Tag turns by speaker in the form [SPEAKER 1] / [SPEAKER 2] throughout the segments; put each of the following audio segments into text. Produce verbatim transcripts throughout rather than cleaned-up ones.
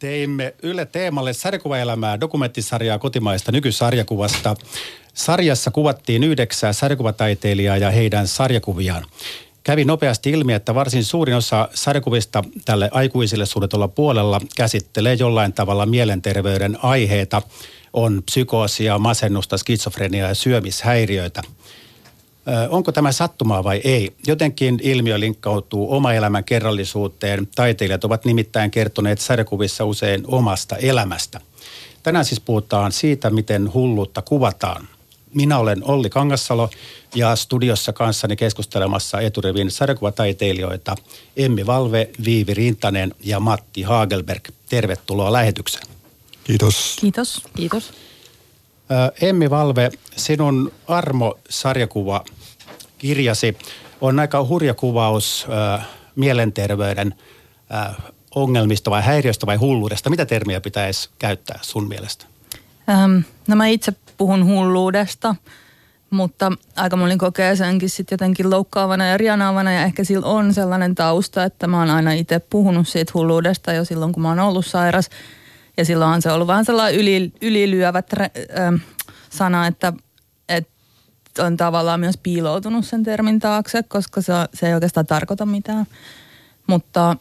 [SPEAKER 1] Teimme Yle Teemalle sarjakuvaelämää dokumenttisarjaa kotimaista nykysarjakuvasta. Sarjassa kuvattiin yhdeksää sarjakuvataiteilijaa ja heidän sarjakuviaan. Kävi nopeasti ilmi, että varsin suurin osa sarjakuvista tälle aikuisille suunnitellulla puolella käsittelee jollain tavalla mielenterveyden aiheita. On psykoosia, masennusta, skitsofreniaa ja syömishäiriöitä. Ö, onko tämä sattumaa vai ei? Jotenkin ilmiö linkkautuu oma elämän kerrallisuuteen. Taiteilijat ovat nimittäin kertoneet sarjakuvissa usein omasta elämästä. Tänään siis puhutaan siitä, miten hulluutta kuvataan. Minä olen Olli Kangassalo ja studiossa kanssani keskustelemassa eturivin sarjakuvataiteilijoita Emmi Valve, Viivi Rintanen ja Matti Hagelberg. Tervetuloa lähetykseen.
[SPEAKER 2] Kiitos.
[SPEAKER 3] Kiitos. Kiitos.
[SPEAKER 1] Emmi Valve, sinun Armo-sarjakuva-kirjasi on aika hurja kuvaus äh, mielenterveyden äh, ongelmista vai häiriöstä vai hulluudesta. Mitä termiä pitäisi käyttää sun mielestä?
[SPEAKER 3] Ähm, no mä itse puhun hulluudesta, mutta aika moni kokee senkin sitten jotenkin loukkaavana ja rianaavana ja ehkä sillä on sellainen tausta, että mä oon aina itse puhunut siitä hulluudesta jo silloin, kun mä oon ollut sairas. Ja silloinhan se on ollut vähän sellainen yli, ylilyövä äh, sana, että, että on tavallaan myös piiloutunut sen termin taakse, koska se, se ei oikeastaan tarkoita mitään. Mutta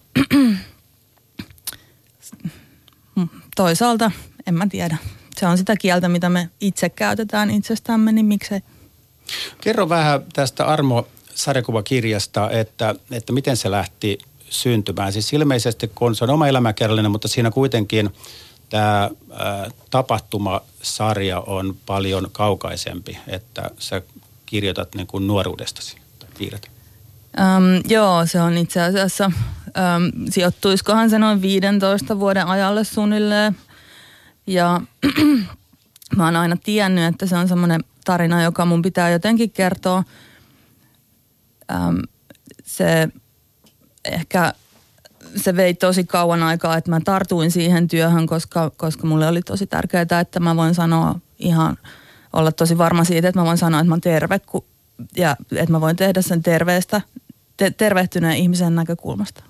[SPEAKER 3] toisaalta en mä tiedä. Se on sitä kieltä, mitä me itse käytetään itsestämme, niin miksei.
[SPEAKER 1] Kerro vähän tästä Armo-sarjakuvakirjasta, että, että miten se lähti syntymään. Siis ilmeisesti, kun se on oma elämäkerrallinen, mutta siinä kuitenkin tämä ä, tapahtumasarja on paljon kaukaisempi, että sä kirjoitat niin kuin nuoruudestasi tai piirret.
[SPEAKER 3] Öm, joo, se on itse asiassa, öm, sijoittuisikohan se noin viidentoista vuoden ajalle suunnilleen. Ja mä oon aina tiennyt, että se on semmoinen tarina, joka mun pitää jotenkin kertoa. Öm, se ehkä se vei tosi kauan aikaa, että mä tartuin siihen työhön, koska, koska mulle oli tosi tärkeää, että mä voin sanoa ihan, olla tosi varma siitä, että mä voin sanoa, että mä oon terve ku, ja että mä voin tehdä sen terveestä, te, tervehtyneen ihmisen näkökulmasta.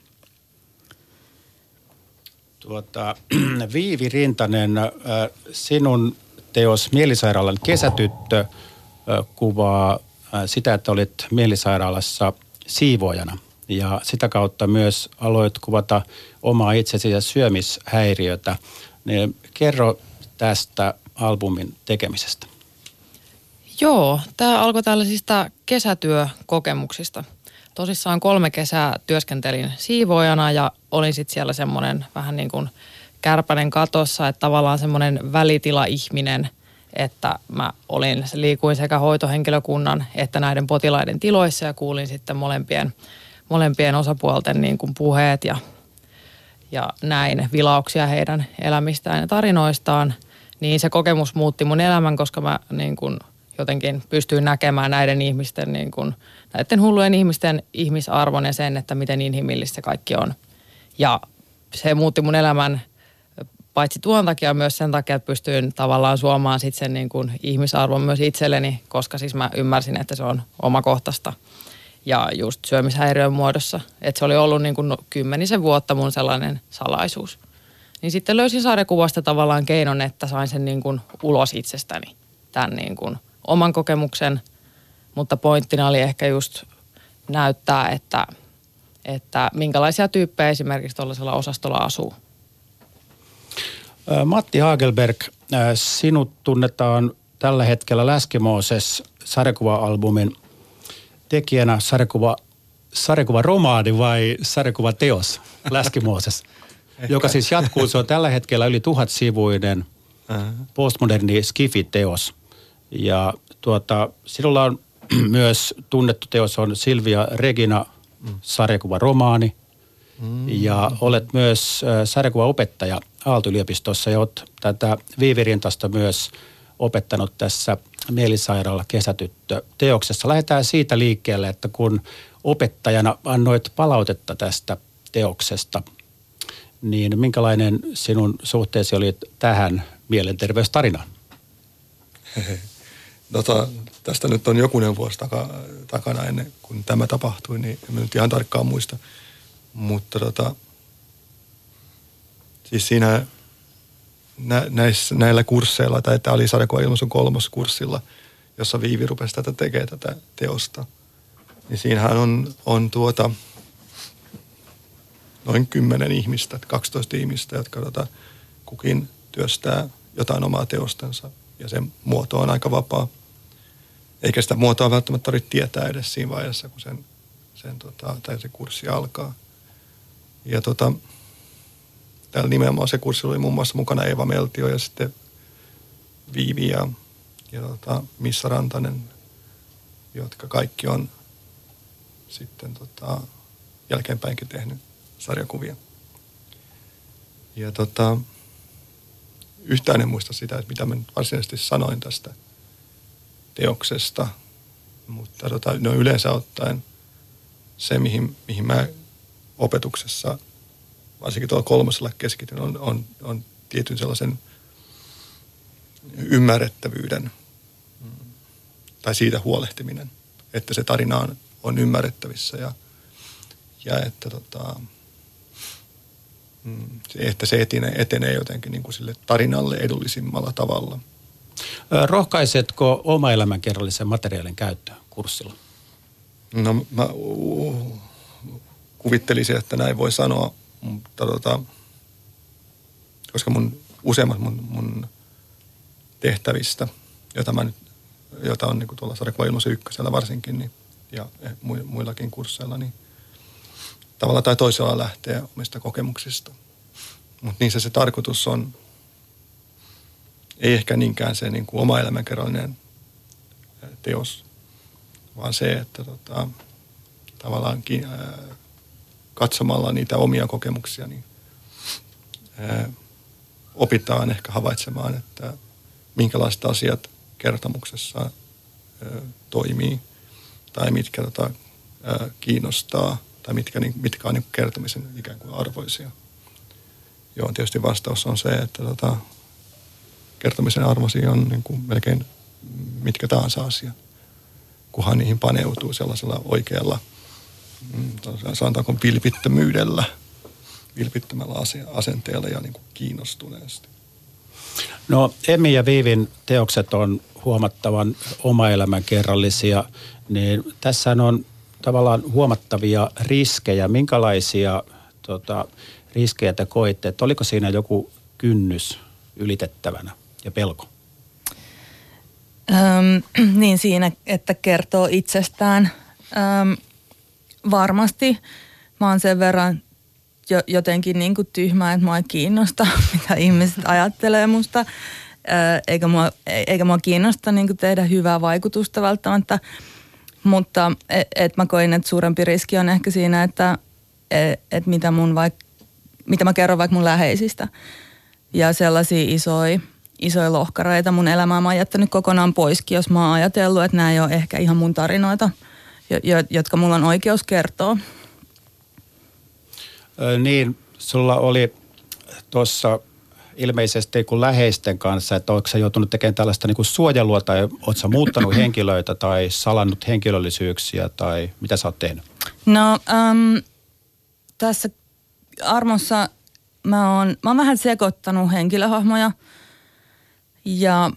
[SPEAKER 1] Tuota, Viivi Rintanen, sinun teos Mielisairaalan kesätyttö kuvaa sitä, että olit mielisairaalassa siivoojana. Ja sitä kautta myös aloit kuvata omaa itsesi ja syömishäiriötä. Niin kerro tästä albumin tekemisestä.
[SPEAKER 4] Joo, tämä alkoi tällaisista kesätyökokemuksista. Tosissaan kolme kesää työskentelin siivoojana ja olin sitten siellä semmoinen vähän niin kuin kärpänen katossa, että tavallaan semmoinen välitila-ihminen, että mä olin, liikuin sekä hoitohenkilökunnan että näiden potilaiden tiloissa ja kuulin sitten molempien molempien osapuolten niin kuin puheet ja, ja näin vilauksia heidän elämistään ja tarinoistaan, niin se kokemus muutti mun elämän, koska mä niin kuin jotenkin pystyin näkemään näiden ihmisten, niin kuin, näiden hullujen ihmisten ihmisarvon ja sen, että miten inhimillistä se kaikki on. Ja se muutti mun elämän paitsi tuon takia myös sen takia, että pystyin tavallaan suomaan sitten sen niin kuin ihmisarvon myös itselleni, koska siis mä ymmärsin, että se on omakohtaista. Ja just syömishäiriön muodossa. Että se oli ollut niin kuin kymmenisen vuotta mun sellainen salaisuus. Niin sitten löysin sarjakuvasta tavallaan keinon, että sain sen niin kuin ulos itsestäni. Tämän niin kuin oman kokemuksen. Mutta pointtina oli ehkä just näyttää, että, että minkälaisia tyyppejä esimerkiksi tuollaisella osastolla asuu.
[SPEAKER 1] Matti Hagelberg, sinut tunnetaan tällä hetkellä Läskimooses sarjakuva-albumin tekijänä. Sarjakuva, sarjakuva romaani vai sarjakuva teos Läskimooses, joka siis jatkuu. Se on tällä hetkellä yli tuhatsivuinen postmoderni skifi-teos. Ja tuota, sinulla on myös tunnettu teos on Silvia Regina sarjakuva romaani. Mm. Ja olet myös sarjakuvaopettaja Aalto-yliopistossa ja olet tätä Viivi Rintasta myös opettanut tässä Mielisairaala kesätyttö-teoksessa. Lähdetään siitä liikkeelle, että kun opettajana annoit palautetta tästä teoksesta, niin minkälainen sinun suhteesi oli tähän mielenterveystarinaan?
[SPEAKER 2] Tota, tästä nyt on jokunen vuosi taka, takana ennen kuin tämä tapahtui, niin en nyt ihan tarkkaan muista. Mutta tota, Siis siinä nä, näissä, näillä kursseilla, tai tämä oli Sarjakuvan ilmaisun kolmoskurssilla, jossa Viivi rupesi tätä tekemään tätä teosta, niin siinähän on, on tuota, noin kymmenen ihmistä, kaksitoista ihmistä, jotka tota, kukin työstää jotain omaa teostansa, ja se muoto on aika vapaa. Eikä sitä muotoa välttämättä tarvitse tietää edes siinä vaiheessa, kun sen, sen, tota, tai se kurssi alkaa. Ja tota, täällä nimenomaan se kurssi oli muun muassa mukana Eeva Meltio ja sitten Viivi ja, ja tota, Missa Rantanen, jotka kaikki on sitten tota, jälkeenpäinkin tehnyt sarjakuvia. Ja tota, yhtään en muista sitä, että mitä mä varsinaisesti sanoin tästä teoksesta, mutta tota, no yleensä ottaen se, mihin, mihin mä opetuksessa, varsinkin tuolla kolmosella keskityn, on, on, on tietyn sellaisen ymmärrettävyyden tai siitä huolehtiminen, että se tarina on, on ymmärrettävissä ja, ja että, tota, että se etenee, etenee jotenkin niin kuin sille tarinalle edullisimmalla tavalla.
[SPEAKER 1] Rohkaisetko oma elämänkerrallisen materiaalin käyttöön kurssilla?
[SPEAKER 2] No mä uh, kuvittelisin, että näin voi sanoa, mutta tota, koska mun useimmat mun, mun tehtävistä, joita, mä nyt, joita on niin kuin tuolla Sarjakuvan ilmaisun ykkösellä varsinkin niin, ja muillakin kursseilla, niin tavalla tai toisella lähtee omista kokemuksista. Mutta niissä se tarkoitus on, ei ehkä niinkään se niin kuin oma elämänkerrallinen teos, vaan se, että tota, tavallaan ää, katsomalla niitä omia kokemuksia, niin ää, opitaan ehkä havaitsemaan, että minkälaiset asiat kertomuksessa ää, toimii tai mitkä tota, ää, kiinnostaa tai mitkä, niin, mitkä on niin kuin kertomisen ikään kuin arvoisia. Joo, tietysti vastaus on se, että tota, kertomisen arvoisia on niin kuin melkein mitkä tahansa asiat, kunhan niihin paneutuu sellaisella oikealla, sanotaanko vilpittömyydellä, vilpittömällä asenteella ja niin kuin kiinnostuneesti.
[SPEAKER 1] No Emmi ja Viivin teokset on huomattavan omaelämänkerrallisia, niin tässä on tavallaan huomattavia riskejä. Minkälaisia tota, riskejä te koitte? Että oliko siinä joku kynnys ylitettävänä ja pelko?
[SPEAKER 3] Öm, niin siinä, että kertoo itsestään. Öm, varmasti mä oon sen verran jo, jotenkin niin kuin tyhmä, että mua ei kiinnosta, mitä ihmiset ajattelee musta. Ö, eikä, mua, eikä mua kiinnosta niin kuin tehdä hyvää vaikutusta välttämättä. Mutta et, et mä koin, että suurempi riski on ehkä siinä, että et, et mitä, mun vaik, mitä mä kerron vaikka mun läheisistä. Ja sellaisia isoja, isoja lohkareita mun elämää mä oon jättänyt kokonaan poiskin, jos mä oon ajatellut, että nämä ei ole ehkä ihan mun tarinoita, jotka mulla on oikeus kertoa.
[SPEAKER 1] Ö, niin, sulla oli tuossa ilmeisesti kun läheisten kanssa, että oletko sä joutunut tekemään tällaista niin kuin suojelua tai oletko sä muuttanut henkilöitä tai salannut henkilöllisyyksiä tai mitä sä oot tehnyt?
[SPEAKER 3] No äm, tässä Armossa mä oon, mä oon vähän sekoittanut henkilöhahmoja ja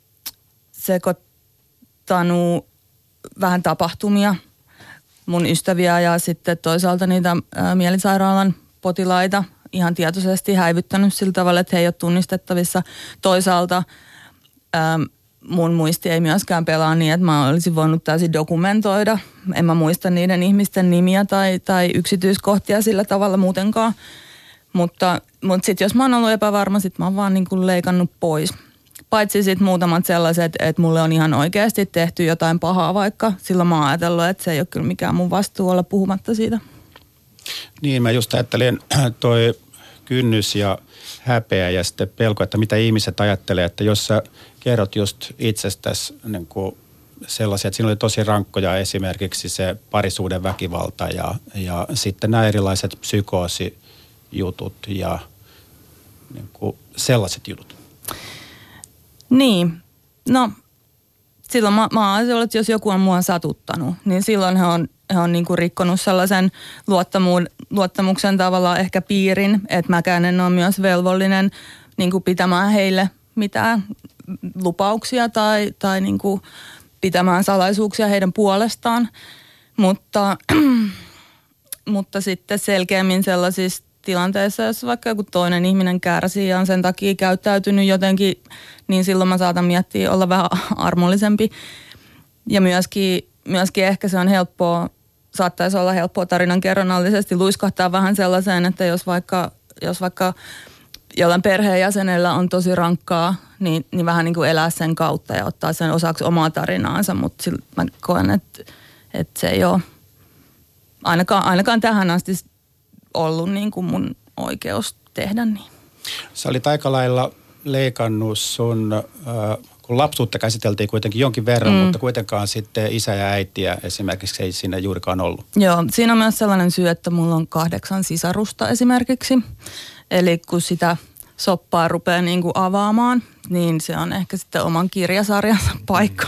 [SPEAKER 3] sekoittanut vähän tapahtumia, mun ystäviä ja sitten toisaalta niitä ää, mielisairaalan potilaita ihan tietoisesti häivyttänyt sillä tavalla, että he ei ole tunnistettavissa. Toisaalta ää, mun muisti ei myöskään pelaa niin, että mä olisin voinut täysin dokumentoida. En mä muista niiden ihmisten nimiä tai, tai yksityiskohtia sillä tavalla muutenkaan. Mutta, mutta sitten jos mä oon ollut epävarma, sit mä oon vaan niin kuin leikannut pois. Paitsi sitten muutamat sellaiset, että mulle on ihan oikeasti tehty jotain pahaa vaikka. Silloin mä oon ajatellut, että se ei ole kyllä mikään mun vastuu olla puhumatta siitä.
[SPEAKER 1] Niin, mä just ajattelin toi kynnys ja häpeä ja sitten pelko, että mitä ihmiset ajattelee, että jos sä kerrot just itsestäsi niin kuin sellaisia, että siinä oli tosi rankkoja esimerkiksi se parisuuden väkivalta ja, ja sitten nämä erilaiset psykoosijutut ja niin kuin sellaiset jutut.
[SPEAKER 3] Niin, no silloin mä, mä ajattelin, että jos joku on mua satuttanut, niin silloin he on, he on niinku rikkonut sellaisen luottamu, luottamuksen tavallaan ehkä piirin, että mäkään en ole myös velvollinen niinku pitämään heille mitään lupauksia tai, tai niinku pitämään salaisuuksia heidän puolestaan. Mutta, mutta sitten selkeämmin sellaisissa tilanteessa, jos vaikka joku toinen ihminen kärsii ja on sen takia käyttäytynyt jotenkin, niin silloin mä saatan miettiä olla vähän armollisempi. Ja myöskin, myöskin ehkä se on helppoa, saattaisi olla helppoa tarinan kerronnallisesti luiskahtaa vähän sellaiseen, että jos vaikka, jos vaikka jollain perheenjäsenellä on tosi rankkaa, niin, niin vähän niin kuin elää sen kautta ja ottaa sen osaksi omaa tarinaansa, mutta mä koen, että, että se ei ole ainakaan, ainakaan tähän asti ollut niin kuin mun oikeus tehdä niin.
[SPEAKER 1] Sä olit aika lailla leikannut sun, äh, kun lapsuutta käsiteltiin kuitenkin jonkin verran, mm. mutta kuitenkaan sitten isä ja äitiä esimerkiksi ei siinä juurikaan ollut.
[SPEAKER 3] Joo, siinä on myös sellainen syy, että mulla on kahdeksan sisarusta esimerkiksi. Eli kun sitä soppaa rupeaa niin kuin avaamaan, niin se on ehkä sitten oman kirjasarjansa paikka.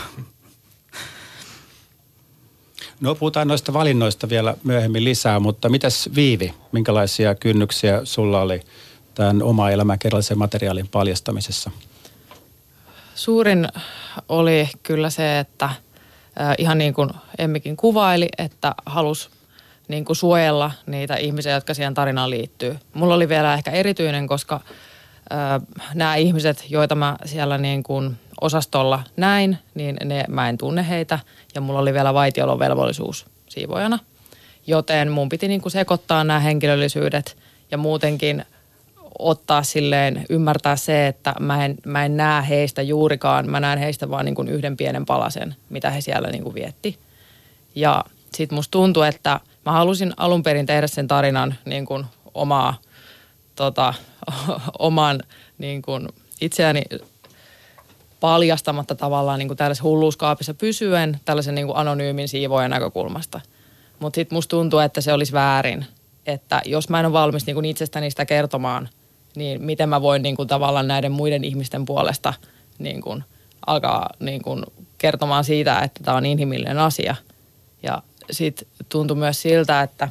[SPEAKER 1] No puhutaan noista valinnoista vielä myöhemmin lisää, mutta mitäs Viivi, minkälaisia kynnyksiä sulla oli tämän oma elämän kerrallisen materiaalin paljastamisessa?
[SPEAKER 4] Suurin oli kyllä se, että äh, ihan niin kuin Emmikin kuvaili, että halusi niin kuin suojella niitä ihmisiä, jotka siihen tarinaan liittyy. Mulla oli vielä ehkä erityinen, koska äh, nämä ihmiset, joita mä siellä niin kuin osastolla näin, niin ne, mä en tunne heitä ja mulla oli vielä vaitiolovelvollisuus siivoojana. Joten mun piti niin kuin sekoittaa nämä henkilöllisyydet ja muutenkin ottaa silleen, ymmärtää se, että mä en, mä en näe heistä juurikaan. Mä näen heistä vaan niin kuin yhden pienen palasen, mitä he siellä niin kuin vietti. Ja sit musta tuntui, että mä halusin alun perin tehdä sen tarinan niin kuin omaa, tota, oman niin kuin itseäni paljastamatta tavallaan niin kuin tällaisessa hulluuskaapissa pysyen tällaisen niin kuin anonyymin siivoojan näkökulmasta. Mutta sitten musta tuntuu, että se olisi väärin, että jos mä en ole valmis niin kuin itsestäni sitä kertomaan, niin miten mä voin niin kuin tavallaan näiden muiden ihmisten puolesta niin kuin alkaa niin kuin kertomaan siitä, että tämä on inhimillinen asia. Ja sitten tuntui myös siltä, että,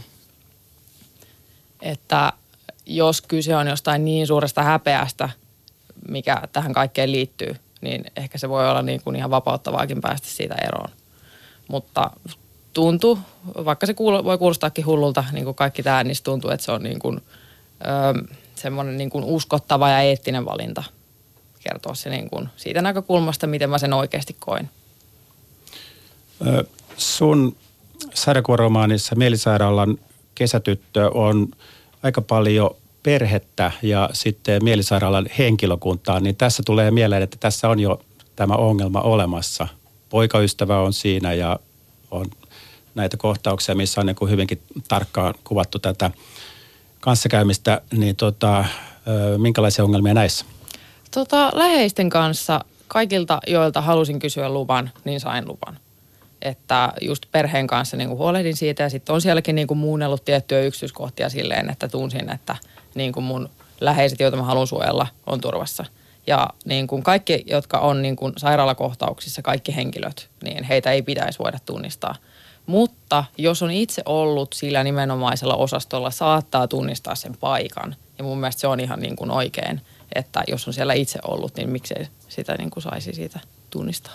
[SPEAKER 4] että jos kyse on jostain niin suuresta häpeästä, mikä tähän kaikkeen liittyy, niin ehkä se voi olla niin kuin ihan vapauttavaakin päästä siitä eroon. Mutta tuntuu, vaikka se kuulo, voi kuulostaakin hullulta, niin kuin kaikki tämä, niin se tuntuu, että se on niin kuin, öö, semmoinen niin kuin uskottava ja eettinen valinta kertoa se niin kuin siitä näkökulmasta, miten mä sen oikeasti koin.
[SPEAKER 1] Ö, sun sarjakuvaromaanissa Mielisairaalan kesätyttö on aika paljon perhettä ja sitten Mielisairaalan henkilökuntaa, niin tässä tulee mieleen, että tässä on jo tämä ongelma olemassa. Poikaystävä on siinä ja on näitä kohtauksia, missä on niin kuin hyvinkin tarkkaan kuvattu tätä kanssakäymistä, niin tota, minkälaisia ongelmia näissä?
[SPEAKER 4] Tota, läheisten kanssa kaikilta, joilta halusin kysyä luvan, niin sain luvan. Että just perheen kanssa niin kuin huolehdin siitä ja sitten on sielläkin niin kuin muunnellut tiettyjä yksityiskohtia silleen, että tunsin, että niin kuin mun läheiset, joita mä haluan suojella, on turvassa. Ja niin kuin kaikki, jotka on niin kuin sairaalakohtauksissa, kaikki henkilöt, niin heitä ei pitäisi voida tunnistaa. Mutta jos on itse ollut sillä nimenomaisella osastolla, saattaa tunnistaa sen paikan. Ja mun mielestä se on ihan niin kuin oikein, että jos on siellä itse ollut, niin miksei sitä niin kuin saisi siitä tunnistaa.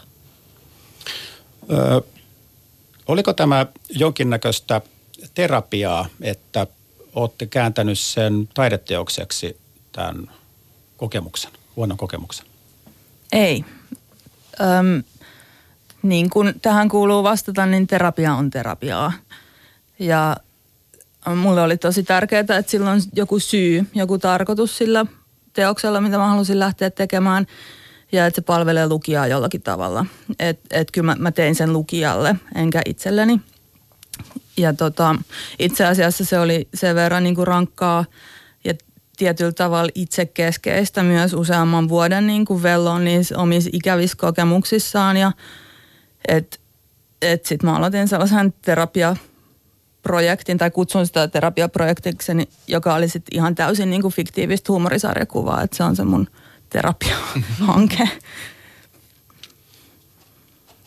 [SPEAKER 1] Ö, oliko tämä jonkinnäköistä terapiaa, että olette kääntänyt sen taideteokseksi tämän kokemuksen, huonon kokemuksen?
[SPEAKER 3] Ei. Öm, niin kuin tähän kuuluu vastata, niin terapia on terapiaa. Ja mulle oli tosi tärkeää, että sillä on joku syy, joku tarkoitus sillä teoksella, mitä mä halusin lähteä tekemään. Ja että se palvelee lukijaa jollakin tavalla. Että et kyllä mä, mä tein sen lukijalle, enkä itselleni. Ja tota, itse asiassa se oli sen verran niin kuin rankkaa ja tietyllä tavalla itsekeskeistä myös useamman vuoden niin kuin velloon niissä omissa ikävissä kokemuksissaan. Ja että et sitten mä aloitin sellaisen terapiaprojektin, tai kutsun sitä terapiaprojektiksi, joka oli sitten ihan täysin niin kuin fiktiivistä huumorisarjakuvaa. Että se on se mun terapia-hanke.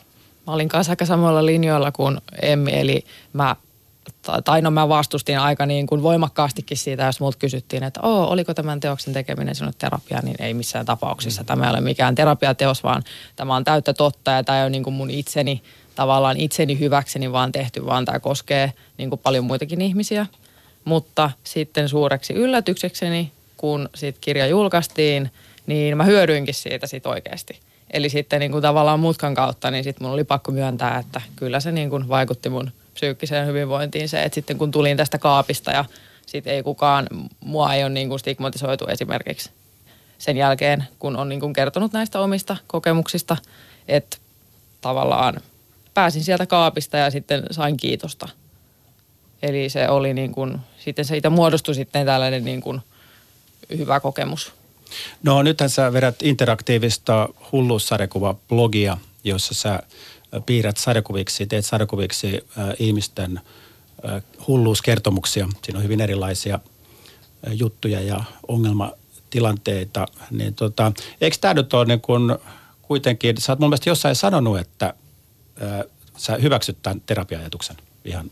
[SPEAKER 4] Mä olin kanssa aika samoilla linjoilla kuin Emmi, eli mä, tai no mä vastustin aika niin kuin voimakkaastikin siitä, jos multa kysyttiin, että Oo, oliko tämän teoksen tekeminen sinun terapia, niin ei missään tapauksessa. Tämä ei ole mikään terapiateos, vaan tämä on täyttä totta ja tämä ei ole niin kuin mun itseni, tavallaan itseni hyväkseni vaan tehty, vaan tämä koskee niin kuin paljon muitakin ihmisiä. Mutta sitten suureksi yllätyksekseni, kun sit kirja julkaistiin, niin mä hyödyinkin siitä sit oikeasti. Eli sitten niin kuin tavallaan mutkan kautta, niin sitten mun oli pakko myöntää, että kyllä se niin kuin vaikutti mun psyykkiseen hyvinvointiin se, että sitten kun tulin tästä kaapista ja sitten ei kukaan, mua ei ole niin kuin stigmatisoitu esimerkiksi sen jälkeen, kun on niin kuin kertonut näistä omista kokemuksista, että tavallaan pääsin sieltä kaapista ja sitten sain kiitosta. Eli se oli niin kuin, sitten siitä muodostui sitten tällainen niin kuin hyvä kokemus.
[SPEAKER 1] No nythän sä vedät interaktiivista hulluussarjakuva-blogia, jossa sä piirrät sarjakuviksi, teet sarjakuviksi äh, ihmisten äh, hulluuskertomuksia. Siinä on hyvin erilaisia äh, juttuja ja ongelmatilanteita. Niin tota, eikö tämä nyt ole niin kun kuitenkin, sä oot mun mielestä jossain sanonut, että äh, sä hyväksyt tämän terapia-ajatuksen ihan.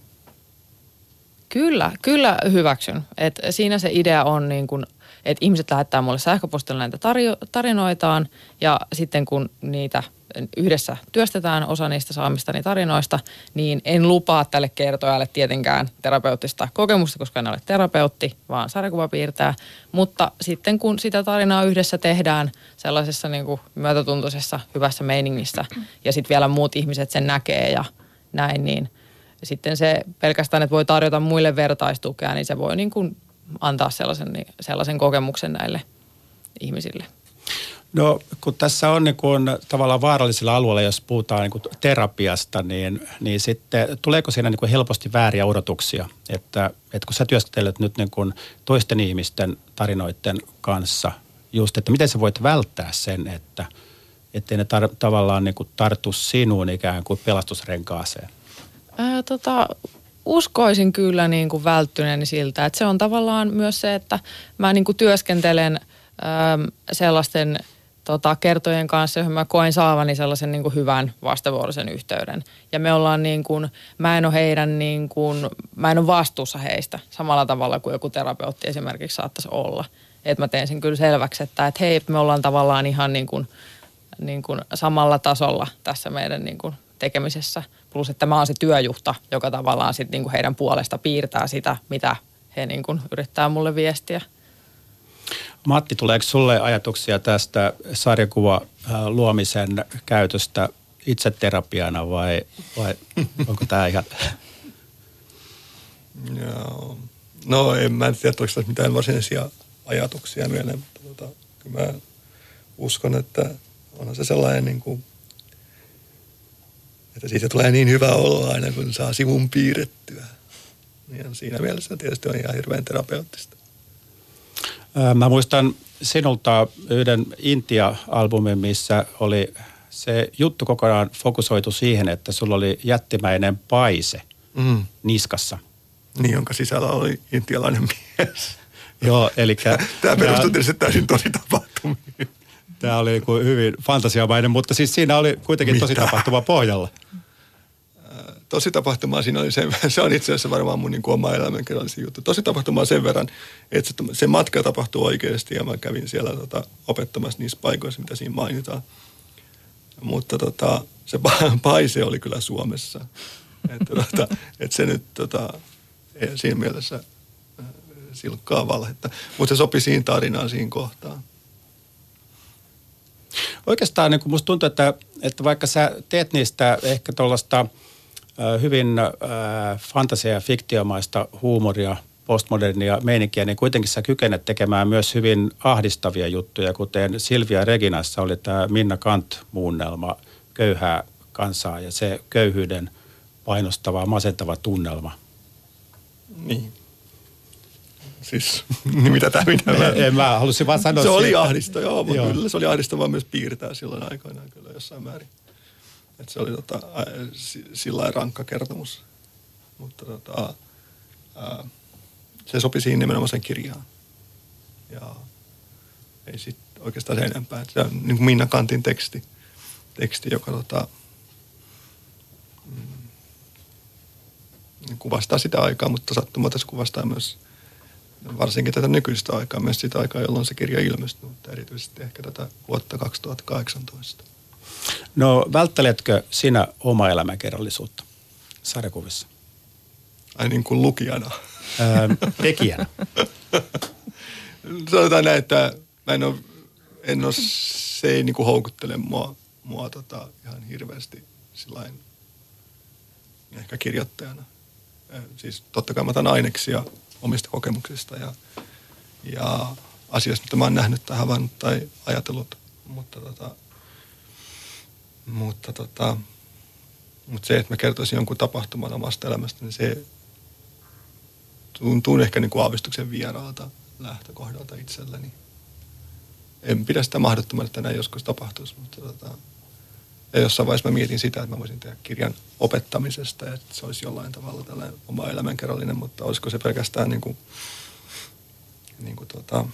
[SPEAKER 4] Kyllä, kyllä hyväksyn. Et siinä se idea on niin kuin, että ihmiset lähettää mulle sähköpostilla näitä tarjo- tarinoitaan ja sitten kun niitä yhdessä työstetään osa niistä saamistani tarinoista, niin en lupaa tälle kertojalle tietenkään terapeuttista kokemusta, koska en ole terapeutti, vaan sarjakuvapiirtäjä. Mutta sitten kun sitä tarinaa yhdessä tehdään sellaisessa niin kuin myötätuntoisessa hyvässä meiningissä ja sitten vielä muut ihmiset sen näkee ja näin, niin sitten se pelkästään, että voi tarjota muille vertaistukea, niin se voi niin kuin antaa sellaisen, sellaisen kokemuksen näille ihmisille.
[SPEAKER 1] No kun tässä on niin kuin tavallaan vaarallisilla alueilla, jos puhutaan niin kuin terapiasta, niin, niin sitten tuleeko siinä niin kuin helposti vääriä odotuksia? Että, että kun sä työskentelet nyt niin kuin toisten ihmisten tarinoiden kanssa, just että miten sä voit välttää sen, että ettei ne tar- tavallaan niin kuin tartu sinuun ikään kuin pelastusrenkaaseen?
[SPEAKER 4] Ää, tota, uskoisin kyllä niin kuin välttyneeni siltä, että se on tavallaan myös se, että mä niin kuin työskentelen äm, sellaisten tota, kertojen kanssa, johon mä koen saavani sellaisen niin kuin hyvän vastavuoroisen yhteyden. Ja me ollaan niin kuin, mä en ole heidän niin kuin, mä en ole vastuussa heistä samalla tavalla kuin joku terapeutti esimerkiksi saattaisi olla. Että mä teen sen kyllä selväksi, että et hei, me ollaan tavallaan ihan niin kuin, niin kuin samalla tasolla tässä meidän niin kuin tekemisessä. Plus, että mä oon se työjuhta, joka tavallaan sit niinku heidän puolesta piirtää sitä, mitä he niinku yrittää mulle viestiä.
[SPEAKER 1] Matti, tuleeko sulle ajatuksia tästä sarjakuva luomisen käytöstä itseterapiana vai, vai onko tämä ihan?
[SPEAKER 2] Joo. No en mä tiedä, oliko tässä mitään varsinaisia ajatuksia mieleen, mutta tota, kyllä mä uskon, että onhan se sellainen niin kuin että siitä tulee niin hyvä olo aina, kun saa sivun piirrettyä. Ja siinä mielessä tietysti on ihan hirveän terapeuttista.
[SPEAKER 1] Mä muistan sinulta yhden Intia-albumin, missä oli se juttu kokonaan fokusoitu siihen, että sulla oli jättimäinen paise mm. niskassa.
[SPEAKER 2] Niin, jonka sisällä oli intialainen mies.
[SPEAKER 1] Joo, eli
[SPEAKER 2] tämä perustui tietysti täysin tosi tapahtumiin.
[SPEAKER 1] Tämä oli hyvin fantasiamainen, mutta siis siinä oli kuitenkin tosi tapahtuma pohjalla.
[SPEAKER 2] Tosi tapahtumaa siinä oli sen, se on itse asiassa varmaan mun niin kuin oma elämänkerrallisen juttu. Tosi tapahtumaa sen verran, että se, se matka tapahtui oikeasti ja mä kävin siellä tota, opettamassa niissä paikoissa, mitä siinä mainitaan. Mutta tota, se paise oli kyllä Suomessa. Että tota, et se nyt tota, ei siinä mielessä äh, silkkaa valhetta. Mutta se sopi siinä tarinaan siinä kohtaan.
[SPEAKER 1] Oikeastaan niin musta tuntuu, että, että vaikka sä teet niistä ehkä tuollaista äh, hyvin äh, fantasia- ja fiktiomaista huumoria, postmodernia meininkiä, niin kuitenkin sä kykenet tekemään myös hyvin ahdistavia juttuja, kuten Silvia Reginassa oli tämä Minna Kant-muunnelma, köyhää kansaa ja se köyhyyden painostava, masentava tunnelma.
[SPEAKER 2] Niin. Siis, mitä tämä minä?
[SPEAKER 1] En, en mä halusin vaan sanoa.
[SPEAKER 2] Se
[SPEAKER 1] siitä.
[SPEAKER 2] oli ahdistava, joo, mutta joo. Kyllä se oli ahdistavaa myös piirtää silloin aikoinaan kyllä jossain määrin. Että se oli tota, sillä rankka kertomus. Mutta tota, ää, se sopi siihen nimenomaan sen kirjaan. Ja ei sitten oikeastaan se enempää. Se on niin kuin Minna Kantin teksti, teksti joka tota, kuvastaa sitä aikaa, mutta sattumalta kuvastaa myös varsinkin tätä nykyistä aikaa, myös sitä aikaa, jolloin se kirja ilmestyi, mutta erityisesti ehkä tätä vuotta kaksituhattakahdeksantoista.
[SPEAKER 1] No vältteletkö sinä oma elämäkerrallisuutta sarjakuvissa?
[SPEAKER 2] Ai niin kuin lukijana?
[SPEAKER 1] Öö, tekijänä.
[SPEAKER 2] Sanotaan näin, että mä en ole, en ole se ei niin kuin houkuttele mua, mua tota ihan hirveästi sillain ehkä kirjoittajana. Siis totta kai mä otan aineksia omista kokemuksista ja, ja asioista, mitä mä oon nähnyt tai havainnut tai ajatellut, mutta tota, mutta tota, mutta se, että mä kertoisin jonkun tapahtuman omasta elämästä, niin se tuntuu ehkä niin kuin aavistuksen vieraalta lähtökohdalta itselleni. En pidä sitä mahdottomana, että näin joskus tapahtuisi, mutta tota, ja jossain vaiheessa mä mietin sitä, että mä voisin tehdä kirjan opettamisesta, että se olisi jollain tavalla tällainen oma elämänkerrallinen, mutta olisiko se pelkästään niin kuin, niin kuin tota,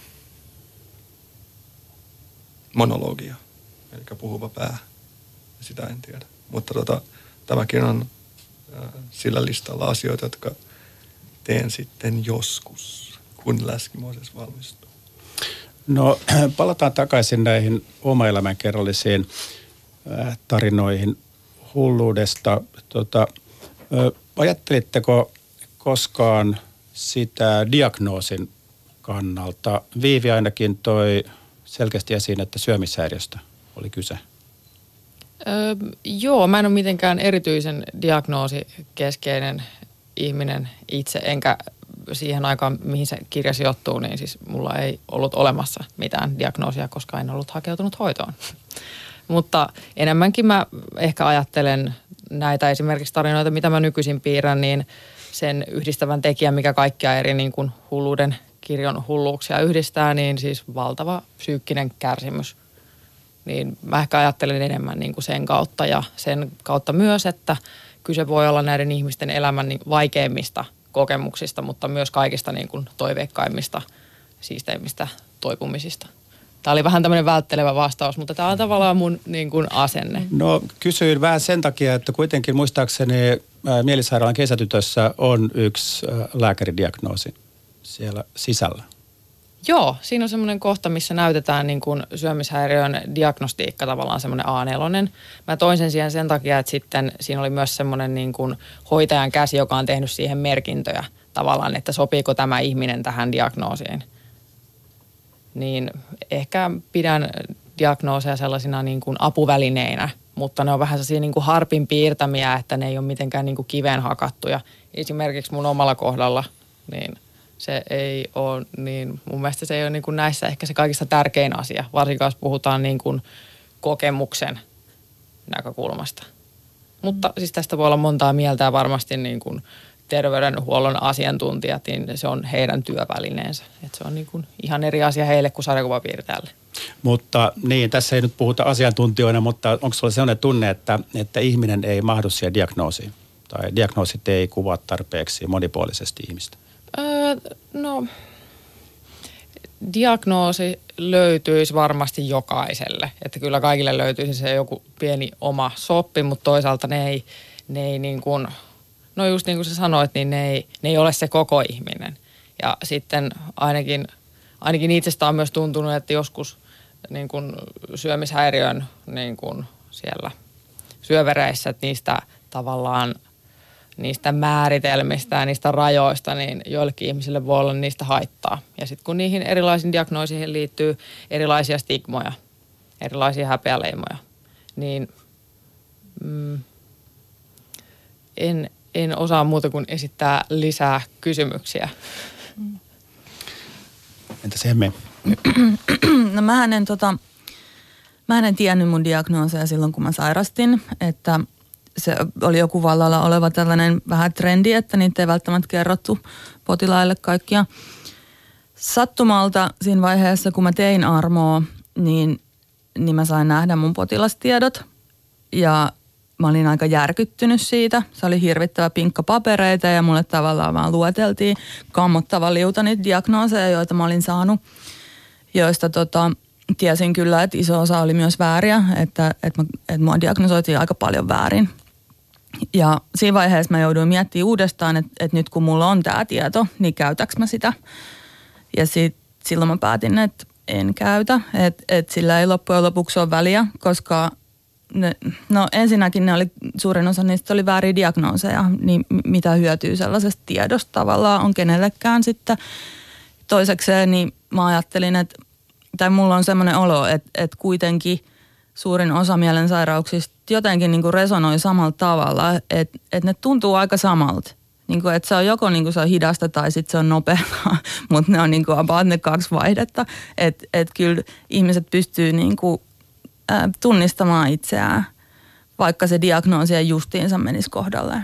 [SPEAKER 2] monologia, eli puhuva pää. Sitä en tiedä. Mutta tota, tämäkin on äh, sillä listalla asioita, jotka teen sitten joskus, kun Läskimooses valmistuu.
[SPEAKER 1] No palataan takaisin näihin oma-elämänkerrallisiin äh, tarinoihin hulluudesta. Tota, äh, ajattelitteko koskaan sitä diagnoosin kannalta? Viivi ainakin toi selkeästi esiin, että syömishäiriöstä oli kyse.
[SPEAKER 4] Öö, joo, mä en ole mitenkään erityisen diagnoosikeskeinen ihminen itse, enkä siihen aikaan, mihin se kirja sijoittuu, niin siis mulla ei ollut olemassa mitään diagnoosia, koska en ollut hakeutunut hoitoon. Mutta enemmänkin mä ehkä ajattelen näitä esimerkiksi tarinoita, mitä mä nykyisin piirrän, niin sen yhdistävän tekijän, mikä kaikkia eri niin kuin hulluuden kirjon hulluuksia yhdistää, niin siis valtava psyykkinen kärsimys. Niin mä ehkä ajattelen enemmän niin kuin sen kautta ja sen kautta myös, että kyse voi olla näiden ihmisten elämän niin vaikeimmista kokemuksista, mutta myös kaikista niin kuin toiveikkaimmista, siisteimmistä toipumisista. Tämä oli vähän tämmöinen välttelevä vastaus, mutta tämä on tavallaan mun niin kuin asenne.
[SPEAKER 1] No kysyin vähän sen takia, että kuitenkin muistaakseni ää, Mielisairaalan kesätytössä on yksi ää, lääkäridiagnoosi siellä sisällä.
[SPEAKER 4] Joo, siinä on semmoinen kohta, missä näytetään niin kuin syömishäiriön diagnostiikka, tavallaan semmoinen A neljä. Mä toin sen siihen sen takia, että sitten siinä oli myös semmoinen niin kuin hoitajan käsi, joka on tehnyt siihen merkintöjä tavallaan, että sopiiko tämä ihminen tähän diagnoosiin. Niin ehkä pidän diagnooseja sellaisina niin kuin apuvälineinä, mutta ne on vähän sellaisia niin kuin harpin piirtämiä, että ne ei ole mitenkään niin kuin kiveen hakattuja. Esimerkiksi mun omalla kohdalla, niin se ei ole niin, mun mielestä se ei ole niin kuin näissä ehkä se kaikista tärkein asia, varsinkaan jos puhutaan niin kuin kokemuksen näkökulmasta. Mutta siis tästä voi olla montaa mieltä ja varmasti niin kuin terveydenhuollon asiantuntijat, niin se on heidän työvälineensä. Että se on niin kuin ihan eri asia heille kuin sarjakuvapiirtäjälle.
[SPEAKER 1] Mutta niin, tässä ei nyt puhuta asiantuntijoina, mutta onko sulla sellainen tunne, että, että ihminen ei mahdu siihen diagnoosiin? Tai diagnoosit ei kuvaa tarpeeksi monipuolisesti ihmistä?
[SPEAKER 4] Öö, no, diagnoosi löytyisi varmasti jokaiselle. Että kyllä kaikille löytyisi se joku pieni oma soppi, mutta toisaalta ne ei, ne ei niin kuin, no just niin kuin sä sanoit, niin ne ei, ne ei ole se koko ihminen. Ja sitten ainakin, ainakin itsestä on myös tuntunut, että joskus niin kuin syömishäiriön niin kuin siellä syövereissä, että niistä tavallaan niistä määritelmistä ja niistä rajoista, niin joillekin ihmisille voi olla niistä haittaa. Ja sitten kun niihin erilaisiin diagnoosiin liittyy erilaisia stigmoja, erilaisia häpeäleimoja, niin mm, en, en osaa muuta kuin esittää lisää kysymyksiä.
[SPEAKER 1] Entäs Hemme?
[SPEAKER 3] No mähän en, tota, mähän en tiennyt mun diagnooseja silloin, kun mä sairastin, että se oli joku vallalla oleva tällainen vähän trendi, että niitä ei välttämättä kerrottu potilaille kaikkia. Sattumalta siinä vaiheessa, kun mä tein Armoa, niin, niin mä sain nähdä mun potilastiedot ja mä olin aika järkyttynyt siitä. Se oli hirvittävä pinkka papereita ja mulle tavallaan vaan lueteltiin kammottava liuta niitä diagnooseja, joita mä olin saanut, joista tota, tiesin kyllä, että iso osa oli myös vääriä, että, että, mä, että mua diagnosoitiin aika paljon väärin. Ja siinä vaiheessa mä jouduin miettimään uudestaan, että, että nyt kun mulla on tämä tieto, niin käytäks mä sitä. Ja sit, silloin mä päätin, että en käytä, että, että sillä ei loppujen lopuksi ole väliä, koska ne, no ensinnäkin ne oli, suurin osa niistä oli väärin diagnooseja, niin mitä hyötyä sellaisesta tiedosta tavallaan on kenellekään sitten. Toisekseen niin mä ajattelin, että, tai mulla on semmoinen olo, että, että kuitenkin suurin osa mielensairauksista jotenkin niin kuin resonoi samalla tavalla, että, että ne tuntuu aika samalta. Niin kuin, että se on joko niin kuin se on hidasta tai sitten se on nopeaa, mutta ne on niin kuin about ne kaksi vaihdetta. Että et kyllä ihmiset pystyy niin kuin, ä, tunnistamaan itseään, vaikka se diagnoosi ja justiinsa menisi kohdalleen.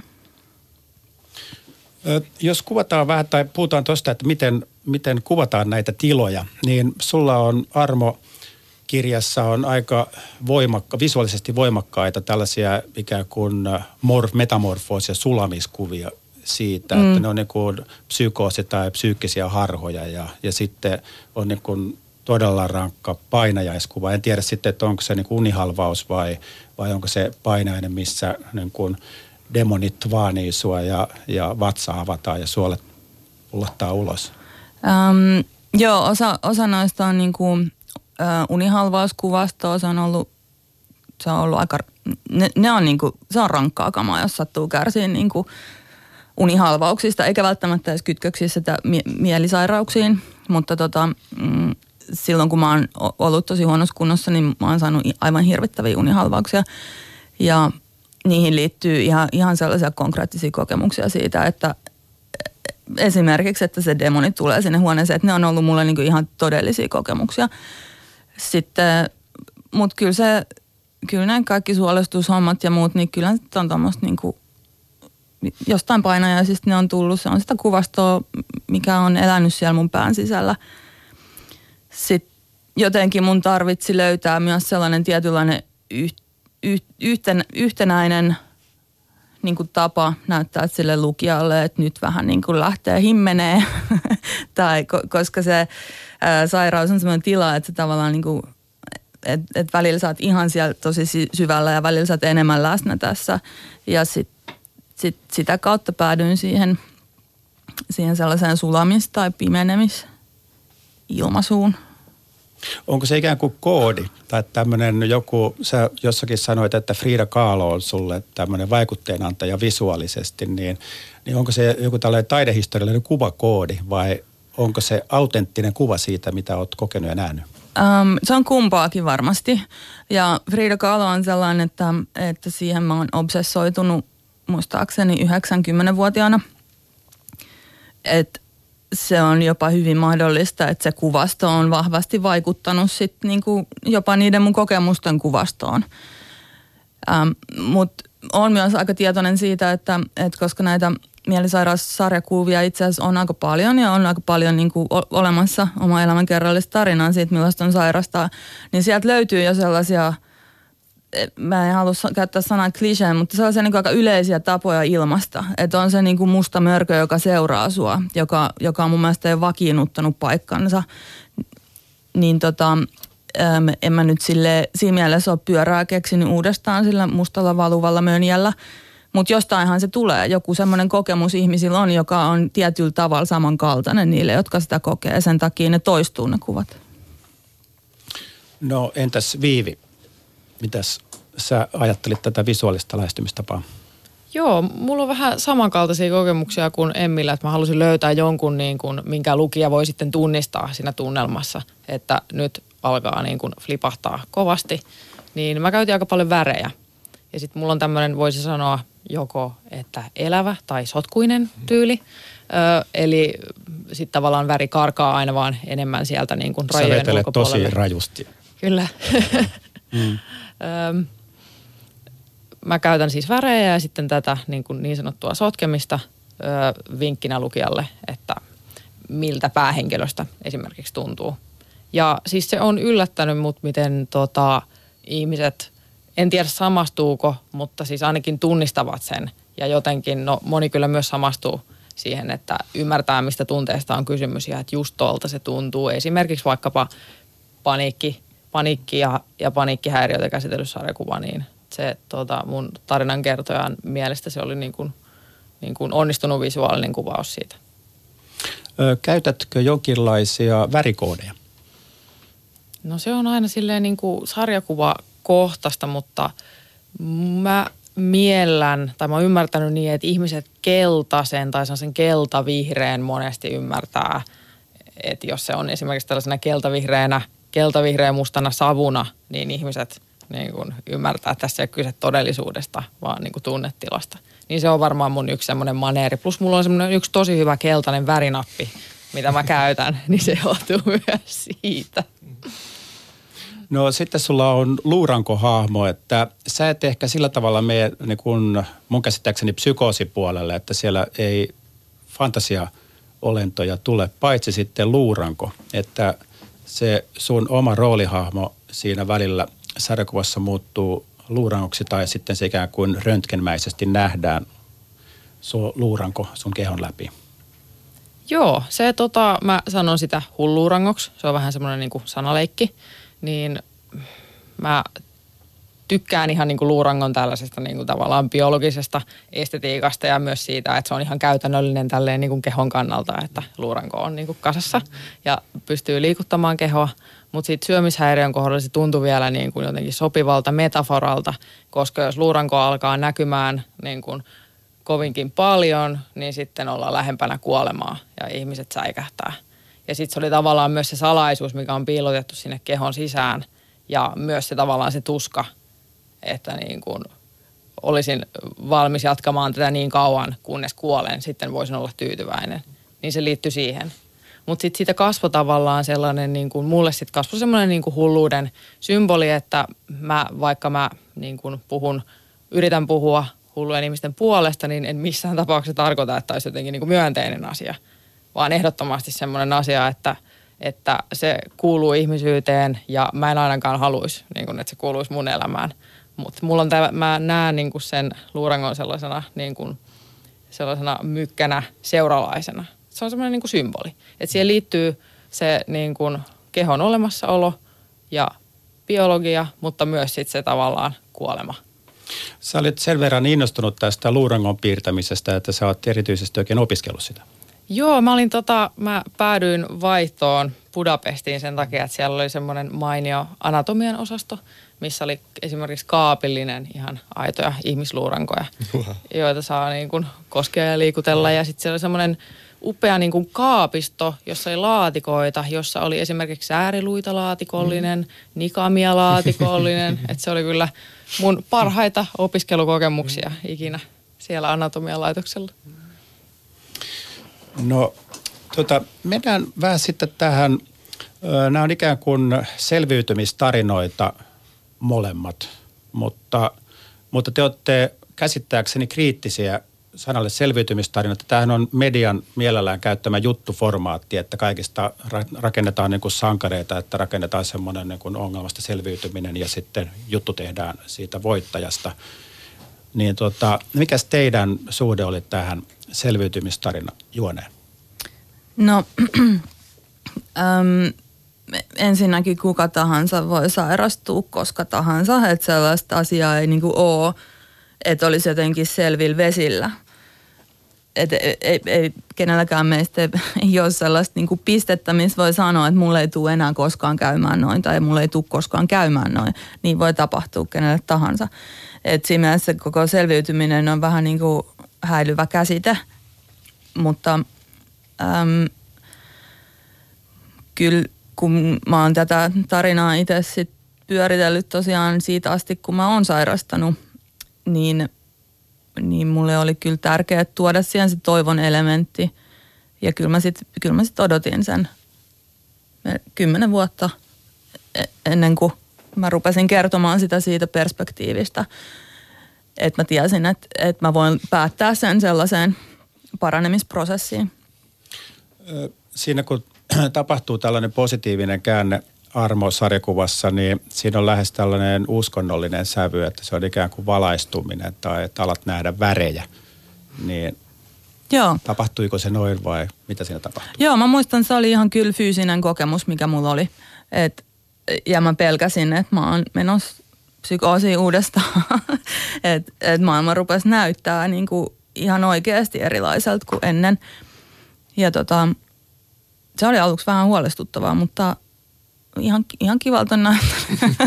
[SPEAKER 1] Jos kuvataan vähän tai puhutaan tuosta, että miten, miten kuvataan näitä tiloja, niin sulla on Armo kirjassa on aika voimakka, visuaalisesti voimakkaita tällaisia ikään kuin morf, metamorfoosia sulamiskuvia siitä, mm. että ne on niin kuin psykoosi- tai psyykkisiä harhoja ja, ja sitten on niin kuin todella rankka painajaiskuva. En tiedä sitten, että onko se niin kuin unihalvaus vai, vai onko se painainen, missä niin kuin demonit vaanii sua ja, ja vatsa avataan ja suolet pullottaa ulos.
[SPEAKER 3] Um, joo, osa, osa noista on niin kuin unihalvauskuvastoa, se on ollut, se on ollut aika, ne, ne on niinku, se on rankkaa kamaa, jos sattuu kärsiin niinku unihalvauksista, eikä välttämättä edes kytköksissä mie- mielisairauksiin, mutta tota, mm, silloin kun mä oon ollut tosi huonossa kunnossa, niin mä oon saanut aivan hirvittäviä unihalvauksia ja niihin liittyy ihan, ihan sellaisia konkreettisia kokemuksia siitä, että esimerkiksi, että se demoni tulee sinne huoneeseen, että ne on ollut mulle niinku ihan todellisia kokemuksia. Sitten, mutta kyllä se, kyllä nämä kaikki suolestushommat ja muut, niin kyllä se on tuommoista niinku, jostain painajaisista ne on tullut. Se on sitä kuvastoa, mikä on elänyt siellä mun pään sisällä. Sitten jotenkin mun tarvitsi löytää myös sellainen tietynlainen yh, yh, yhten, yhtenäinen niinku tapa näyttää sille lukijalle, että nyt vähän niin kuin lähtee himmenee. tai koska se ää, sairaus on sellainen tila, että se tavallaan niin kuin, et, et välillä sä oot ihan siellä tosi syvällä ja välillä sä oot enemmän läsnä tässä. Ja sit, sit, sitä kautta päädyin siihen, siihen sellaiseen sulamis- tai pimenemis-ilmaisuun.
[SPEAKER 1] Onko se ikään kuin koodi tai tämmöinen joku, sä jossakin sanoit, että Frida Kahlo on sulle tämmöinen vaikutteenantaja visuaalisesti, niin, niin onko se joku tällainen taidehistoriallinen kuvakoodi vai onko se autenttinen kuva siitä, mitä oot kokenut ja nähnyt?
[SPEAKER 3] Um, se on kumpaakin varmasti. Ja Frida Kahlo on sellainen, että, että siihen mä oon obsessoitunut muistaakseni yhdeksänkymmenvuotiaana. Että se on jopa hyvin mahdollista, että se kuvasto on vahvasti vaikuttanut sit niinku jopa niiden mun kokemusten kuvastoon. Ähm, Mutta olen myös aika tietoinen siitä, että, että koska näitä mielisairaussarjakuvia itse asiassa on aika paljon ja on aika paljon niinku olemassa oma elämänkerrallista tarinaa siitä, millaista on sairastaa, niin sieltä löytyy jo sellaisia, mä en halua käyttää sanaa klisee, mutta sellaisia niin kuin aika yleisiä tapoja ilmasta. Että on se niin kuin musta mörkö, joka seuraa sua, joka, joka on mun mielestä jo vakiinnuttanut paikkansa. Niin tota, en mä nyt sille, siinä mielessä ole pyörää keksinyt uudestaan sillä mustalla valuvalla mönjällä. Mutta jostainhan se tulee. Joku semmoinen kokemus ihmisillä on, joka on tietyllä tavalla samankaltainen niille, jotka sitä kokee. Sen takia ne toistuu ne kuvat.
[SPEAKER 1] No entäs Viivi? Mitäs sä ajattelit tätä visuaalista lähestymistapaa?
[SPEAKER 4] Joo, mulla on vähän samankaltaisia kokemuksia kuin Emmillä, että mä halusin löytää jonkun, niin kuin, minkä lukija voi sitten tunnistaa siinä tunnelmassa, että nyt alkaa niin kuin flipahtaa kovasti. Niin mä käytin aika paljon värejä. Ja sitten mulla on tämmöinen, voisi sanoa, joko että elävä tai sotkuinen tyyli. Ö, eli sitten tavallaan väri karkaa aina vaan enemmän sieltä niin kuin rajojen ulkopuolelle.
[SPEAKER 1] Sä vetelet tosi rajusti.
[SPEAKER 4] Kyllä. mm. Ö, mä käytän siis värejä ja sitten tätä niin, kuin niin sanottua sotkemista ö, vinkkinä lukijalle, että miltä päähenkilöstä esimerkiksi tuntuu. Ja siis se on yllättänyt mut, miten tota, ihmiset, en tiedä samastuuko, mutta siis ainakin tunnistavat sen. Ja jotenkin, no moni kyllä myös samastuu siihen, että ymmärtää, mistä tunteesta on kysymys ja että just tuolta se tuntuu. Esimerkiksi vaikkapa paniikki, paniikki ja, ja paniikkihäiriöitä käsitellyt sarjakuva, niin se tota, mun tarinan kertojan mielestä se oli niin kuin, niin kuin onnistunut visuaalinen kuvaus siitä.
[SPEAKER 1] Ö, käytätkö jonkinlaisia värikoodeja?
[SPEAKER 4] No se on aina silleen niin kuin sarjakuvakohtaista, mutta mä miellän, tai mä oon ymmärtänyt niin, että ihmiset keltaisen tai sen keltavihreän monesti ymmärtää, että jos se on esimerkiksi tällaisena keltavihreänä, keltavihreä mustana savuna, niin ihmiset niin kuin ymmärtää, että tässä ei ole kyse todellisuudesta, vaan niin kuin tunnetilasta. Niin se on varmaan mun yksi semmoinen maneeri. Plus mulla on semmoinen yksi tosi hyvä keltainen värinappi, mitä mä käytän, niin se johtuu myös siitä.
[SPEAKER 1] No sitten sulla on luurankohahmo, että sä et ehkä sillä tavalla mene niin kun mun käsittääkseni psykoosipuolelle, että siellä ei fantasiaolentoja tule, paitsi sitten luuranko, että se sun oma roolihahmo siinä välillä sarjakuvassa muuttuu luurangoksi tai sitten se ikään kuin röntgenmäisesti nähdään sun luuranko sun kehon läpi.
[SPEAKER 4] Joo, se tota, mä sanon sitä hulluurangoksi, se on vähän semmoinen niin kuin sanaleikki. Niin mä tykkään ihan niin kuin luurangon tällaisesta niin kuin tavallaan biologisesta estetiikasta ja myös siitä, että se on ihan käytännöllinen tälleen niin kuin kehon kannalta, että luuranko on niin kuin kasassa ja pystyy liikuttamaan kehoa. Mutta sitten syömishäiriön kohdalla se tuntuu vielä niin kuin jotenkin sopivalta metaforalta, koska jos luuranko alkaa näkymään niin kuin kovinkin paljon, niin sitten ollaan lähempänä kuolemaa ja ihmiset säikähtää. Ja sitten se oli tavallaan myös se salaisuus, mikä on piilotettu sinne kehon sisään ja myös se tavallaan se tuska, että niin kuin olisin valmis jatkamaan tätä niin kauan, kunnes kuolen, sitten voisin olla tyytyväinen. Niin se liittyi siihen. Mutta sitten siitä kasvoi tavallaan sellainen, niin kuin, mulle sitten kasvoi sellainen niin kuin hulluuden symboli, että mä, vaikka mä niin kuin puhun, yritän puhua hullujen ihmisten puolesta, niin en missään tapauksessa tarkoita, että olisi jotenkin niin kuin myönteinen asia. Vaan ehdottomasti semmoinen asia, että, että se kuuluu ihmisyyteen ja mä en ainakaan haluaisi, niin kuin, että se kuuluisi mun elämään. Mutta mulla on tämä, mä näen niin kuin sen luurangon sellaisena, niin kuin, sellaisena mykkänä seuralaisena. Se on semmoinen niin kuin symboli. Että siihen liittyy se niin kuin kehon olemassaolo ja biologia, mutta myös sitten se tavallaan kuolema.
[SPEAKER 1] Sä olit sen verran innostunut tästä luurangon piirtämisestä, että sä oot erityisesti oikein opiskellut sitä.
[SPEAKER 4] Joo, mä olin tota, mä päädyin vaihtoon Budapestiin sen takia, että siellä oli semmoinen mainio anatomian osasto, missä oli esimerkiksi kaapillinen ihan aitoja ihmisluurankoja, uh-huh. joita saa niin kuin koskea ja liikutella. Ja sitten siellä oli semmoinen upea niin kuin kaapisto, jossa oli laatikoita, jossa oli esimerkiksi sääriluita laatikollinen, mm. nikamia laatikollinen. Että se oli kyllä mun parhaita opiskelukokemuksia ikinä siellä anatomian laitoksella.
[SPEAKER 1] No, tota, mennään vähän sitten tähän, nämä on ikään kuin selviytymistarinoita molemmat, mutta, mutta te olette käsittääkseni kriittisiä sanalle selviytymistarinoita. Tämähän on median mielellään käyttämä juttuformaatti, että kaikista rakennetaan niin kuin sankareita, että rakennetaan semmoinen niin kuin ongelmasta selviytyminen ja sitten juttu tehdään siitä voittajasta. Niin tota, mikäs teidän suhde oli tähän selviytymistarina juoneen?
[SPEAKER 3] No, äm, ensinnäkin kuka tahansa voi sairastua koska tahansa, että sellaista asiaa ei niinku ole, että olisi jotenkin selvillä vesillä. Että ei, ei, ei kenelläkään meistä ei ole sellaista niinku pistettä, missä voi sanoa, että mulle ei tule enää koskaan käymään noin tai mulle ei tule koskaan käymään noin. Niin voi tapahtua kenelle tahansa. Että siinä mielessä koko selviytyminen on vähän niin kuin häilyvä käsite, mutta äm, kyllä kun mä oon tätä tarinaa itse sit pyöritellyt tosiaan siitä asti, kun mä oon sairastanut, niin, niin mulle oli kyllä tärkeää tuoda siihen se toivon elementti. Ja kyllä mä sitten kyllä mä sit odotin sen kymmenen vuotta ennen kuin mä rupesin kertomaan sitä siitä perspektiivistä, että mä tiesin, että, että mä voin päättää sen sellaiseen paranemisprosessiin.
[SPEAKER 1] Siinä kun tapahtuu tällainen positiivinen käänne Armo-sarjakuvassa, niin siinä on lähes tällainen uskonnollinen sävy, että se on ikään kuin valaistuminen tai että alat nähdä värejä. Niin
[SPEAKER 3] Joo.
[SPEAKER 1] Tapahtuiko se noin vai mitä siinä tapahtui?
[SPEAKER 3] Joo, mä muistan, se oli ihan kyllä fyysinen kokemus, mikä mulla oli. Et, ja mä pelkäsin, että mä oon menossa psykoosia uudestaan. Että et maailma rupesi näyttää niin kuin ihan oikeasti erilaiselta kuin ennen. Ja tota, se oli aluksi vähän huolestuttavaa, mutta ihan, ihan kivalta on näyttänyt.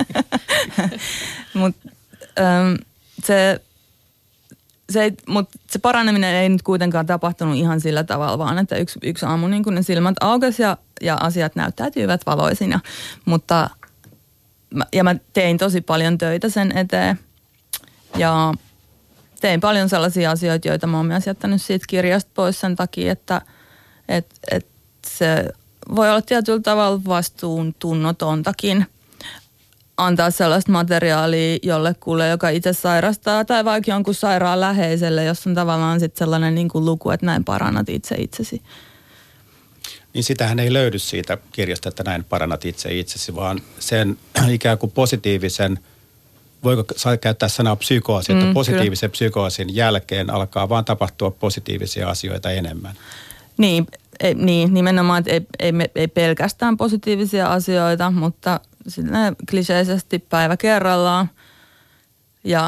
[SPEAKER 3] Mutta se, se, mut se paraneminen ei nyt kuitenkaan tapahtunut ihan sillä tavalla, vaan että yksi, yksi aamu niin kun ne silmät aukesi ja, ja asiat näyttäytyivät valoisina. Mutta ja mä tein tosi paljon töitä sen eteen ja tein paljon sellaisia asioita, joita mä oon myös jättänyt siitä kirjasta pois sen takia, että et, et se voi olla tietyllä tavalla vastuuntunnotontakin antaa sellaista materiaalia jollekulle, joka itse sairastaa tai vaikka jonkun sairaan läheiselle, jos on tavallaan sitten sellainen niin kuin luku, että näin parannat itse itsesi.
[SPEAKER 1] Niin sitähän ei löydy siitä kirjasta, että näin parannat itse itsesi, vaan sen ikään kuin positiivisen, voiko saa käyttää sanaa psykoosi, että mm, positiivisen kyllä. psykoosin jälkeen alkaa vaan tapahtua positiivisia asioita enemmän. Niin,
[SPEAKER 3] ei, niin nimenomaan, että ei, ei, ei pelkästään positiivisia asioita, mutta sitten kliseisesti päivä kerrallaan ja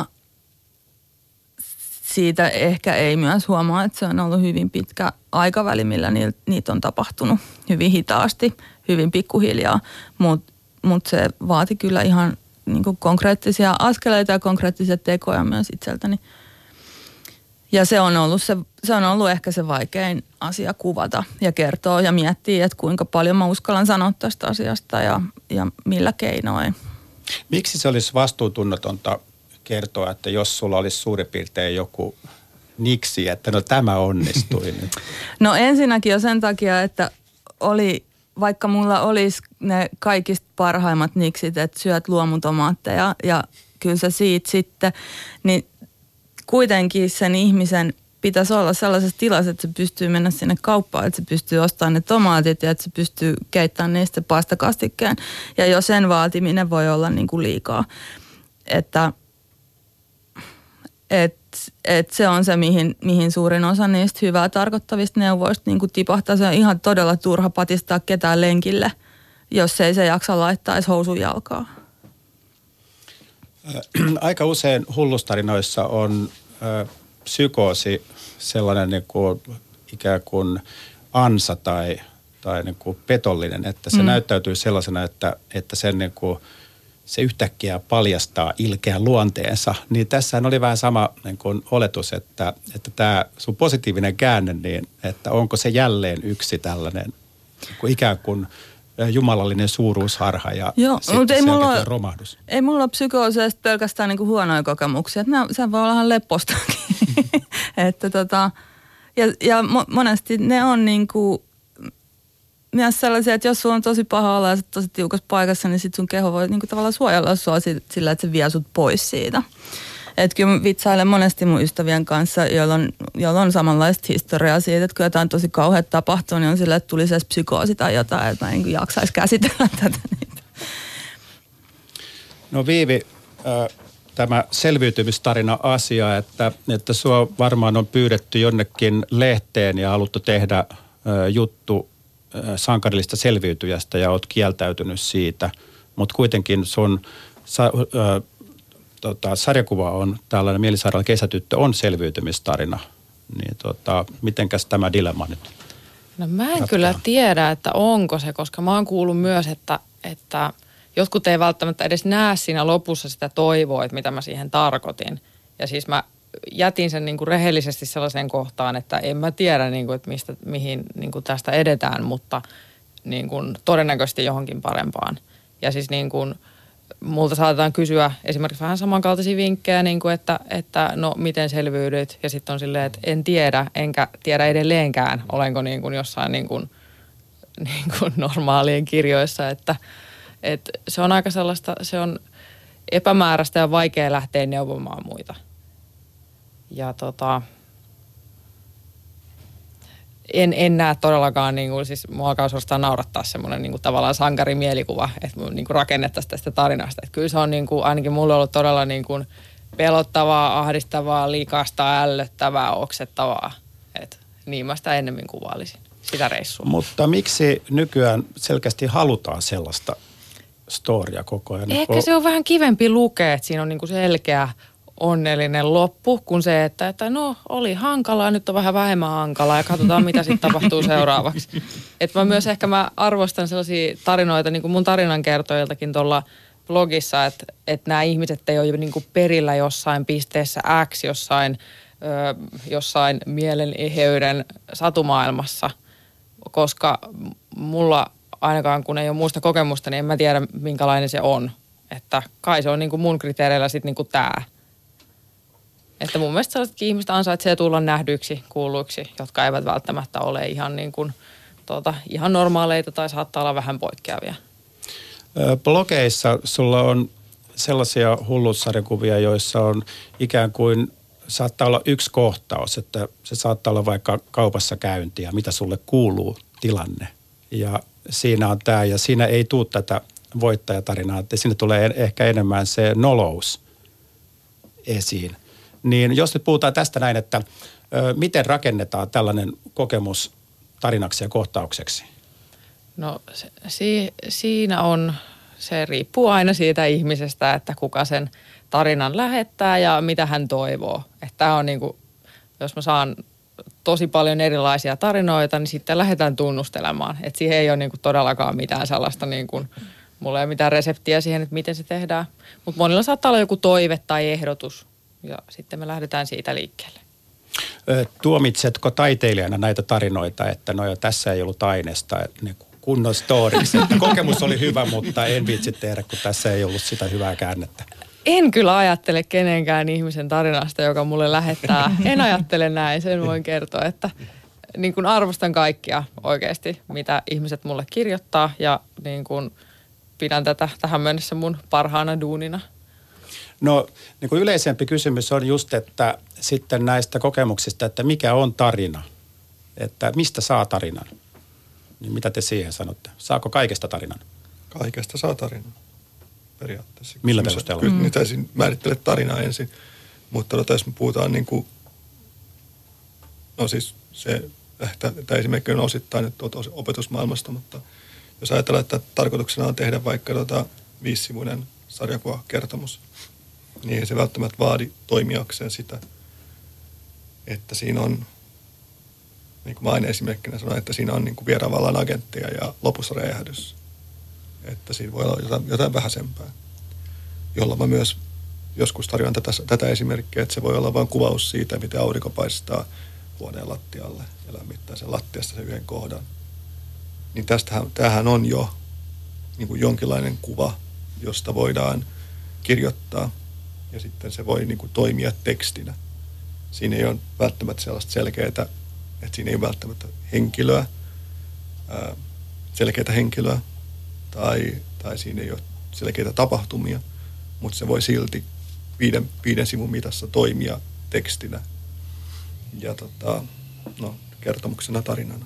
[SPEAKER 3] siitä ehkä ei myös huomaa, että se on ollut hyvin pitkä aikaväli, millä niitä on tapahtunut hyvin hitaasti, hyvin pikkuhiljaa, mutta mut se vaati kyllä ihan niin kuin konkreettisia askeleita ja konkreettisia tekoja myös itseltäni. Ja se on ollut, se, se on ollut ehkä se vaikein asia kuvata ja kertoa ja miettiä, että kuinka paljon mä uskallan sanoa tästä asiasta ja, ja millä keinoin.
[SPEAKER 1] Miksi se olisi vastuutunnotonta kertoa, että jos sulla olisi suurin piirtein joku niksi, että no tämä onnistui nyt?
[SPEAKER 3] No ensinnäkin jo sen takia, että oli, vaikka mulla olisi ne kaikista parhaimmat niksit, että syöt luomutomaatteja ja kyllä se siitä sitten, niin kuitenkin sen ihmisen pitäisi olla sellaisessa tilassa, että se pystyy mennä sinne kauppaan, että se pystyy ostamaan ne tomaatit ja että se pystyy keittämään niistä pastakastikkeen. Ja jo sen vaatiminen voi olla niin kuin liikaa. Että et, et se on se, mihin, mihin suurin osa niistä hyvää tarkoittavista neuvoista niin kuin tipahtaa. Se on ihan todella turha patistaa ketään lenkille, jos ei se jaksa laittaa edes housun jalkaa.
[SPEAKER 1] Aika usein hullustarinoissa on ö, psykoosi sellainen niin kuin, ikään kuin ansa tai, tai niin kuin petollinen, että se mm. näyttäytyy sellaisena, että, että sen, niin kuin, se yhtäkkiä paljastaa ilkeän luonteensa. Niin tässähän oli vähän sama niin kuin oletus, että, että tämä sun positiivinen käänne, niin että onko se jälleen yksi tällainen niin kuin ikään kuin jumalallinen suuruusharha ja Joo, sitten ei mulla, romahdus.
[SPEAKER 3] Ei mulla ole psykooseista pelkästään niinku huonoja kokemuksia. Että ne, se voi olla ihan leppostakin. että tota, ja, ja monesti ne on niinku myös sellaisia, että jos sulla on tosi paha olla ja sä tosi tiukassa paikassa, niin sit sun keho voi niinku tavallaan suojella sua sillä, että se vie sut pois siitä. Että kyllä vitsailen monesti mun ystävien kanssa, joilla on, joilla on samanlaista historiaa siitä, että kun jotain tosi kauheat tapahtuu, niin on sillä, että tulisi edes psykoosi tai jotain, että mä en jaksaisi käsitellä tätä.
[SPEAKER 1] No Viivi, äh, tämä selviytymistarina-asia, että, että sua varmaan on pyydetty jonnekin lehteen ja haluttu tehdä äh, juttu äh, sankarillista selviytyjästä ja oot kieltäytynyt siitä, mutta kuitenkin sun Äh, Tota, sarjakuva on tällainen Mielisairaala kesätyttö on selviytymistarina, niin tota, mitenkäs tämä dilemma nyt?
[SPEAKER 4] No mä en ratkaa? Kyllä tiedä, että onko se, koska mä oon kuullut myös, että, että jotkut ei välttämättä edes näe siinä lopussa sitä toivoa, että mitä mä siihen tarkoitin. Ja siis mä jätin sen niin kuin rehellisesti sellaiseen kohtaan, että en mä tiedä, niin kuin, että mistä, mihin niin kuin tästä edetään, mutta niin kuin todennäköisesti johonkin parempaan. Ja siis niin kuin multa saatetaan kysyä esimerkiksi vähän samankaltaisia vinkkejä, niin kuin että, että no miten selviydyt, ja sitten on silleen, että en tiedä, enkä tiedä edelleenkään, olenko niin kuin jossain niin kuin, niin kuin normaalien kirjoissa, että, että se on aika sellaista, se on epämääräistä ja vaikea lähteä neuvomaan muita. Ja tota, En, en näe todellakaan, niin kuin, siis mua alkaa suorastaan naurattaa semmoinen niin kuin tavallaan sankarimielikuva, että niin kuin rakennettaisiin tästä tarinasta. Että kyllä se on niin kuin, ainakin mulle ollut todella niin kuin pelottavaa, ahdistavaa, likasta, ällöttävää, oksettavaa. Että niin mä sitä ennemmin kuvailisin, sitä reissua.
[SPEAKER 1] Mutta miksi nykyään selkeästi halutaan sellaista storia koko ajan.
[SPEAKER 4] Ehkä se on vähän kivempi lukea, että siinä on niinku selkeä onnellinen loppu, kuin se, että, että no oli hankalaa, nyt on vähän vähemmän hankalaa ja katsotaan mitä sitten tapahtuu seuraavaksi. Että mä myös ehkä mä arvostan sellaisia tarinoita, niin kuin mun tarinankertojiltakin tuolla blogissa, että, että nämä ihmiset ei ole niin kuin perillä jossain pisteessä X, jossain, ö, jossain mielen eheyden satumaailmassa, koska mulla ainakaan kun ei ole muista kokemusta, niin en mä tiedä minkälainen se on. Että kai se on niin kuin mun kriteereillä sitten niin kuin tää. Että mun mielestä sellaisetkin ihmiset ansaitsee tulla nähdyiksi, kuulluiksi, jotka eivät välttämättä ole ihan, niin kuin, tuota, ihan normaaleita tai saattaa olla vähän poikkeavia.
[SPEAKER 1] Blogeissa sulla on sellaisia hulluussarjakuvia, joissa on ikään kuin saattaa olla yksi kohtaus, että se saattaa olla vaikka kaupassa käynti ja mitä sulle kuuluu tilanne. Ja siinä on tämä ja siinä ei tule tätä voittajatarinaa, että siinä tulee ehkä enemmän se nolous esiin. Niin jos nyt puhutaan tästä näin, että ö, miten rakennetaan tällainen kokemus tarinaksi ja kohtaukseksi?
[SPEAKER 4] No se, si, siinä on, se riippuu aina siitä ihmisestä, että kuka sen tarinan lähettää ja mitä hän toivoo. Että tämä on niin kuin, jos mä saan tosi paljon erilaisia tarinoita, niin sitten lähdetään tunnustelemaan. Että siihen ei ole niin kuin todellakaan mitään sellaista, niin kuin, mulla ei ole mitään reseptiä siihen, että miten se tehdään. Mutta monilla saattaa olla joku toive tai ehdotus. Ja sitten me lähdetään siitä liikkeelle.
[SPEAKER 1] Tuomitsetko taiteilijana näitä tarinoita, että no jo tässä ei ollut aineesta, että ne kunnon storiksi, että kokemus oli hyvä, mutta en viitsi tehdä, kun tässä ei ollut sitä hyvää käännettä?
[SPEAKER 4] En kyllä ajattele kenenkään ihmisen tarinasta, joka mulle lähettää. En ajattele näin, sen voin kertoa, että niin kuin arvostan kaikkia oikeasti, mitä ihmiset mulle kirjoittaa ja niin kuin pidän tätä tähän mennessä mun parhaana duunina.
[SPEAKER 1] No niin kuin yleisempi kysymys on just, että sitten näistä kokemuksista, että mikä on tarina, että mistä saa tarinan, niin mitä te siihen sanotte? Saako kaikesta tarinan?
[SPEAKER 2] Kaikesta saa tarinan periaatteessa.
[SPEAKER 1] Millä perusteella?
[SPEAKER 2] Kyllä niitä ensin määrittele tarinaa ensin, mutta tota, jos me puhutaan niin kuin, no siis se, tämä esimerkiksi on osittain nyt opetusmaailmasta, mutta jos ajatellaan, että tarkoituksena on tehdä vaikka tota viisisivuinen sarjakuvakertomus, niin ei se välttämättä vaadi toimijakseen sitä, että siinä on, niin kuin mä aina esimerkkinä sanoin, että siinä on niin kuin vieraanvallan agentteja ja lopussa räjähdys. Että siinä voi olla jotain, jotain vähäisempää, jolla mä myös joskus tarjoan tätä, tätä esimerkkiä, että se voi olla vain kuvaus siitä, miten aurinko paistaa huoneen lattialle ja lämmittää sen lattiasta sen yhden kohdan. Niin tästähän, tämähän on jo niin kuin jonkinlainen kuva, josta voidaan kirjoittaa ja sitten se voi niin kuin toimia tekstinä. Siinä ei ole välttämättä sellaista selkeää, että siinä ei ole välttämättä henkilöä, ää, selkeää henkilöä tai, tai siinä ei ole selkeitä tapahtumia, mutta se voi silti viiden, viiden sivun mitassa toimia tekstinä ja tota, no, kertomuksena tarinana.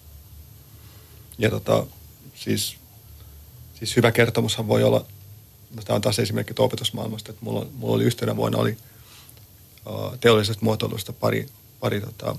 [SPEAKER 2] Ja tota, siis, siis hyvä kertomushan voi olla, no, tämä on taas esimerkki opetusmaailmasta, että mulla, mulla oli yhtenä vuonna oli uh, teollisesta muotoilusta pari, pari tota,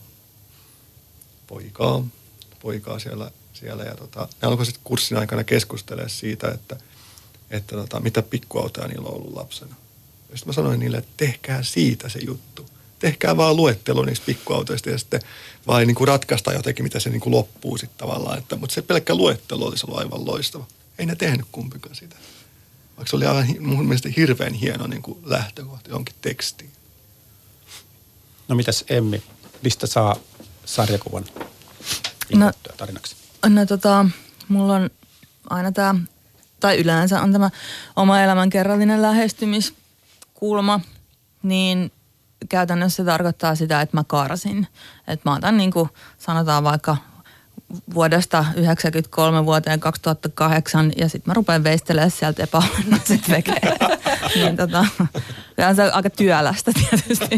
[SPEAKER 2] poikaa, poikaa siellä, siellä ja tota, ne alkoi sitten kurssin aikana keskustelemaan siitä, että, että tota, mitä pikkuautoja niillä on ollut lapsena. Ja sitten mä sanoin niille, että tehkää siitä se juttu. Tehkää vaan luettelo niistä pikkuautoista ja sitten vaan niin kuin ratkaista jotenkin, mitä se niin kuin loppuu sitten tavallaan. Että, mutta se pelkkä luettelo olisi ollut aivan loistava. Ei ne tehnyt kumpikaan sitä. Vaikka se oli aivan mun mielestä hirveän hieno niin kuin lähtökohta johonkin tekstiin.
[SPEAKER 1] No mitäs Emmi, mistä saa sarjakuvan
[SPEAKER 3] no,
[SPEAKER 1] tarinaksi?
[SPEAKER 3] No tota, mulla on aina tämä, tai yleensä on tämä oma elämänkerrallinen lähestymiskulma, niin käytännössä se tarkoittaa sitä, että mä karsin. Että mä otan niin kuin sanotaan vaikka vuodesta yhdeksänkymmentäkolme vuoteen kaksituhattakahdeksan ja sitten mä rupean veistelemään sieltä epäolennaiset vekejä. Niin tota, se on aika työlästä tietysti.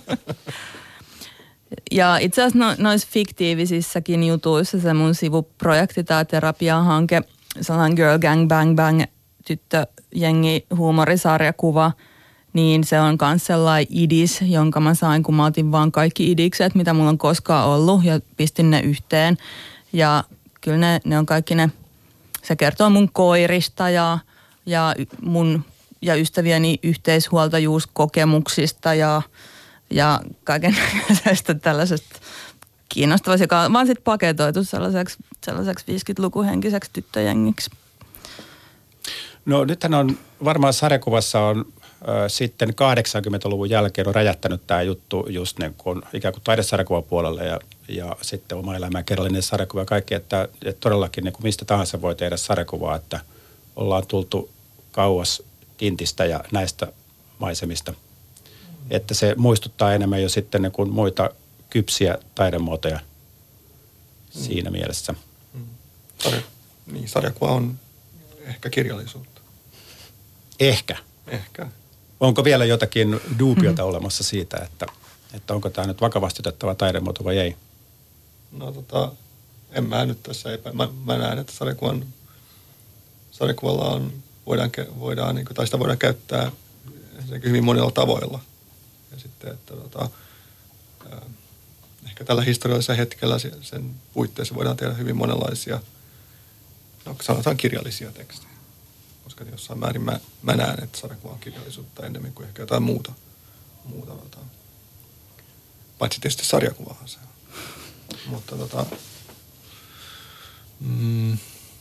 [SPEAKER 3] Ja itse asiassa no, noissa fiktiivisissäkin jutuissa se mun sivuprojekti, tämä terapiahanke, sellainen Girl Gang Bang Bang tyttöjengi huumorisarjakuva, niin se on myös sellainen idis, jonka mä sain, kun mä otin vaan kaikki idikset, mitä mulla on koskaan ollut ja pistin ne yhteen. Ja kyllä ne, ne on kaikki ne, se kertoo mun koirista ja ja mun ja ystävieni yhteishuoltajuuskokemuksista ja, ja kaikenlaisesta tällaisesta kiinnostavasta, joka on vaan sitten paketoitu sellaiseksi, sellaiseksi viisikymmentälukuhenkiseksi tyttöjengiksi.
[SPEAKER 1] No nythän on varmaan sarjakuvassa on äh, sitten kahdeksankymmentäluvun jälkeen on räjähtänyt tämä juttu just niin kuin ikään kuin taidesarjakuvapuolelle ja, ja sitten oma elämä, kerrallinen sarjakuva ja kaikki, että, että todellakin niin kuin mistä tahansa voi tehdä sarjakuvaa, että ollaan tultu kauas tintistä ja näistä maisemista. Että se muistuttaa enemmän jo sitten niin kuin muita kypsiä taidemuotoja mm. siinä mielessä.
[SPEAKER 2] Mm. Sarja, niin, sarjakuva on ehkä kirjallisuutta.
[SPEAKER 1] Ehkä.
[SPEAKER 2] Ehkä.
[SPEAKER 1] Onko vielä jotakin duubiota mm-hmm. olemassa siitä, että, että onko tämä nyt vakavasti otettava taidemuoto vai ei?
[SPEAKER 2] No tota, en mä nyt tässä epä. Mä, mä näen, että sarjakuvan, sarjakuvalla on, voidaan, voidaan, niin kuin, tai sitä voidaan käyttää hyvin monilla tavoilla. Ja sitten, että tota, äh, ehkä tällä historiallisella hetkellä sen puitteissa voidaan tehdä hyvin monenlaisia, no sanotaan kirjallisia tekstejä. Koska jossain määrin mä, mä näen, että sarjakuva on kirjallisuutta enemmän kuin ehkä jotain muuta. muuta tota. Paitsi tietysti sarjakuvahan se on. Mutta tota, mm,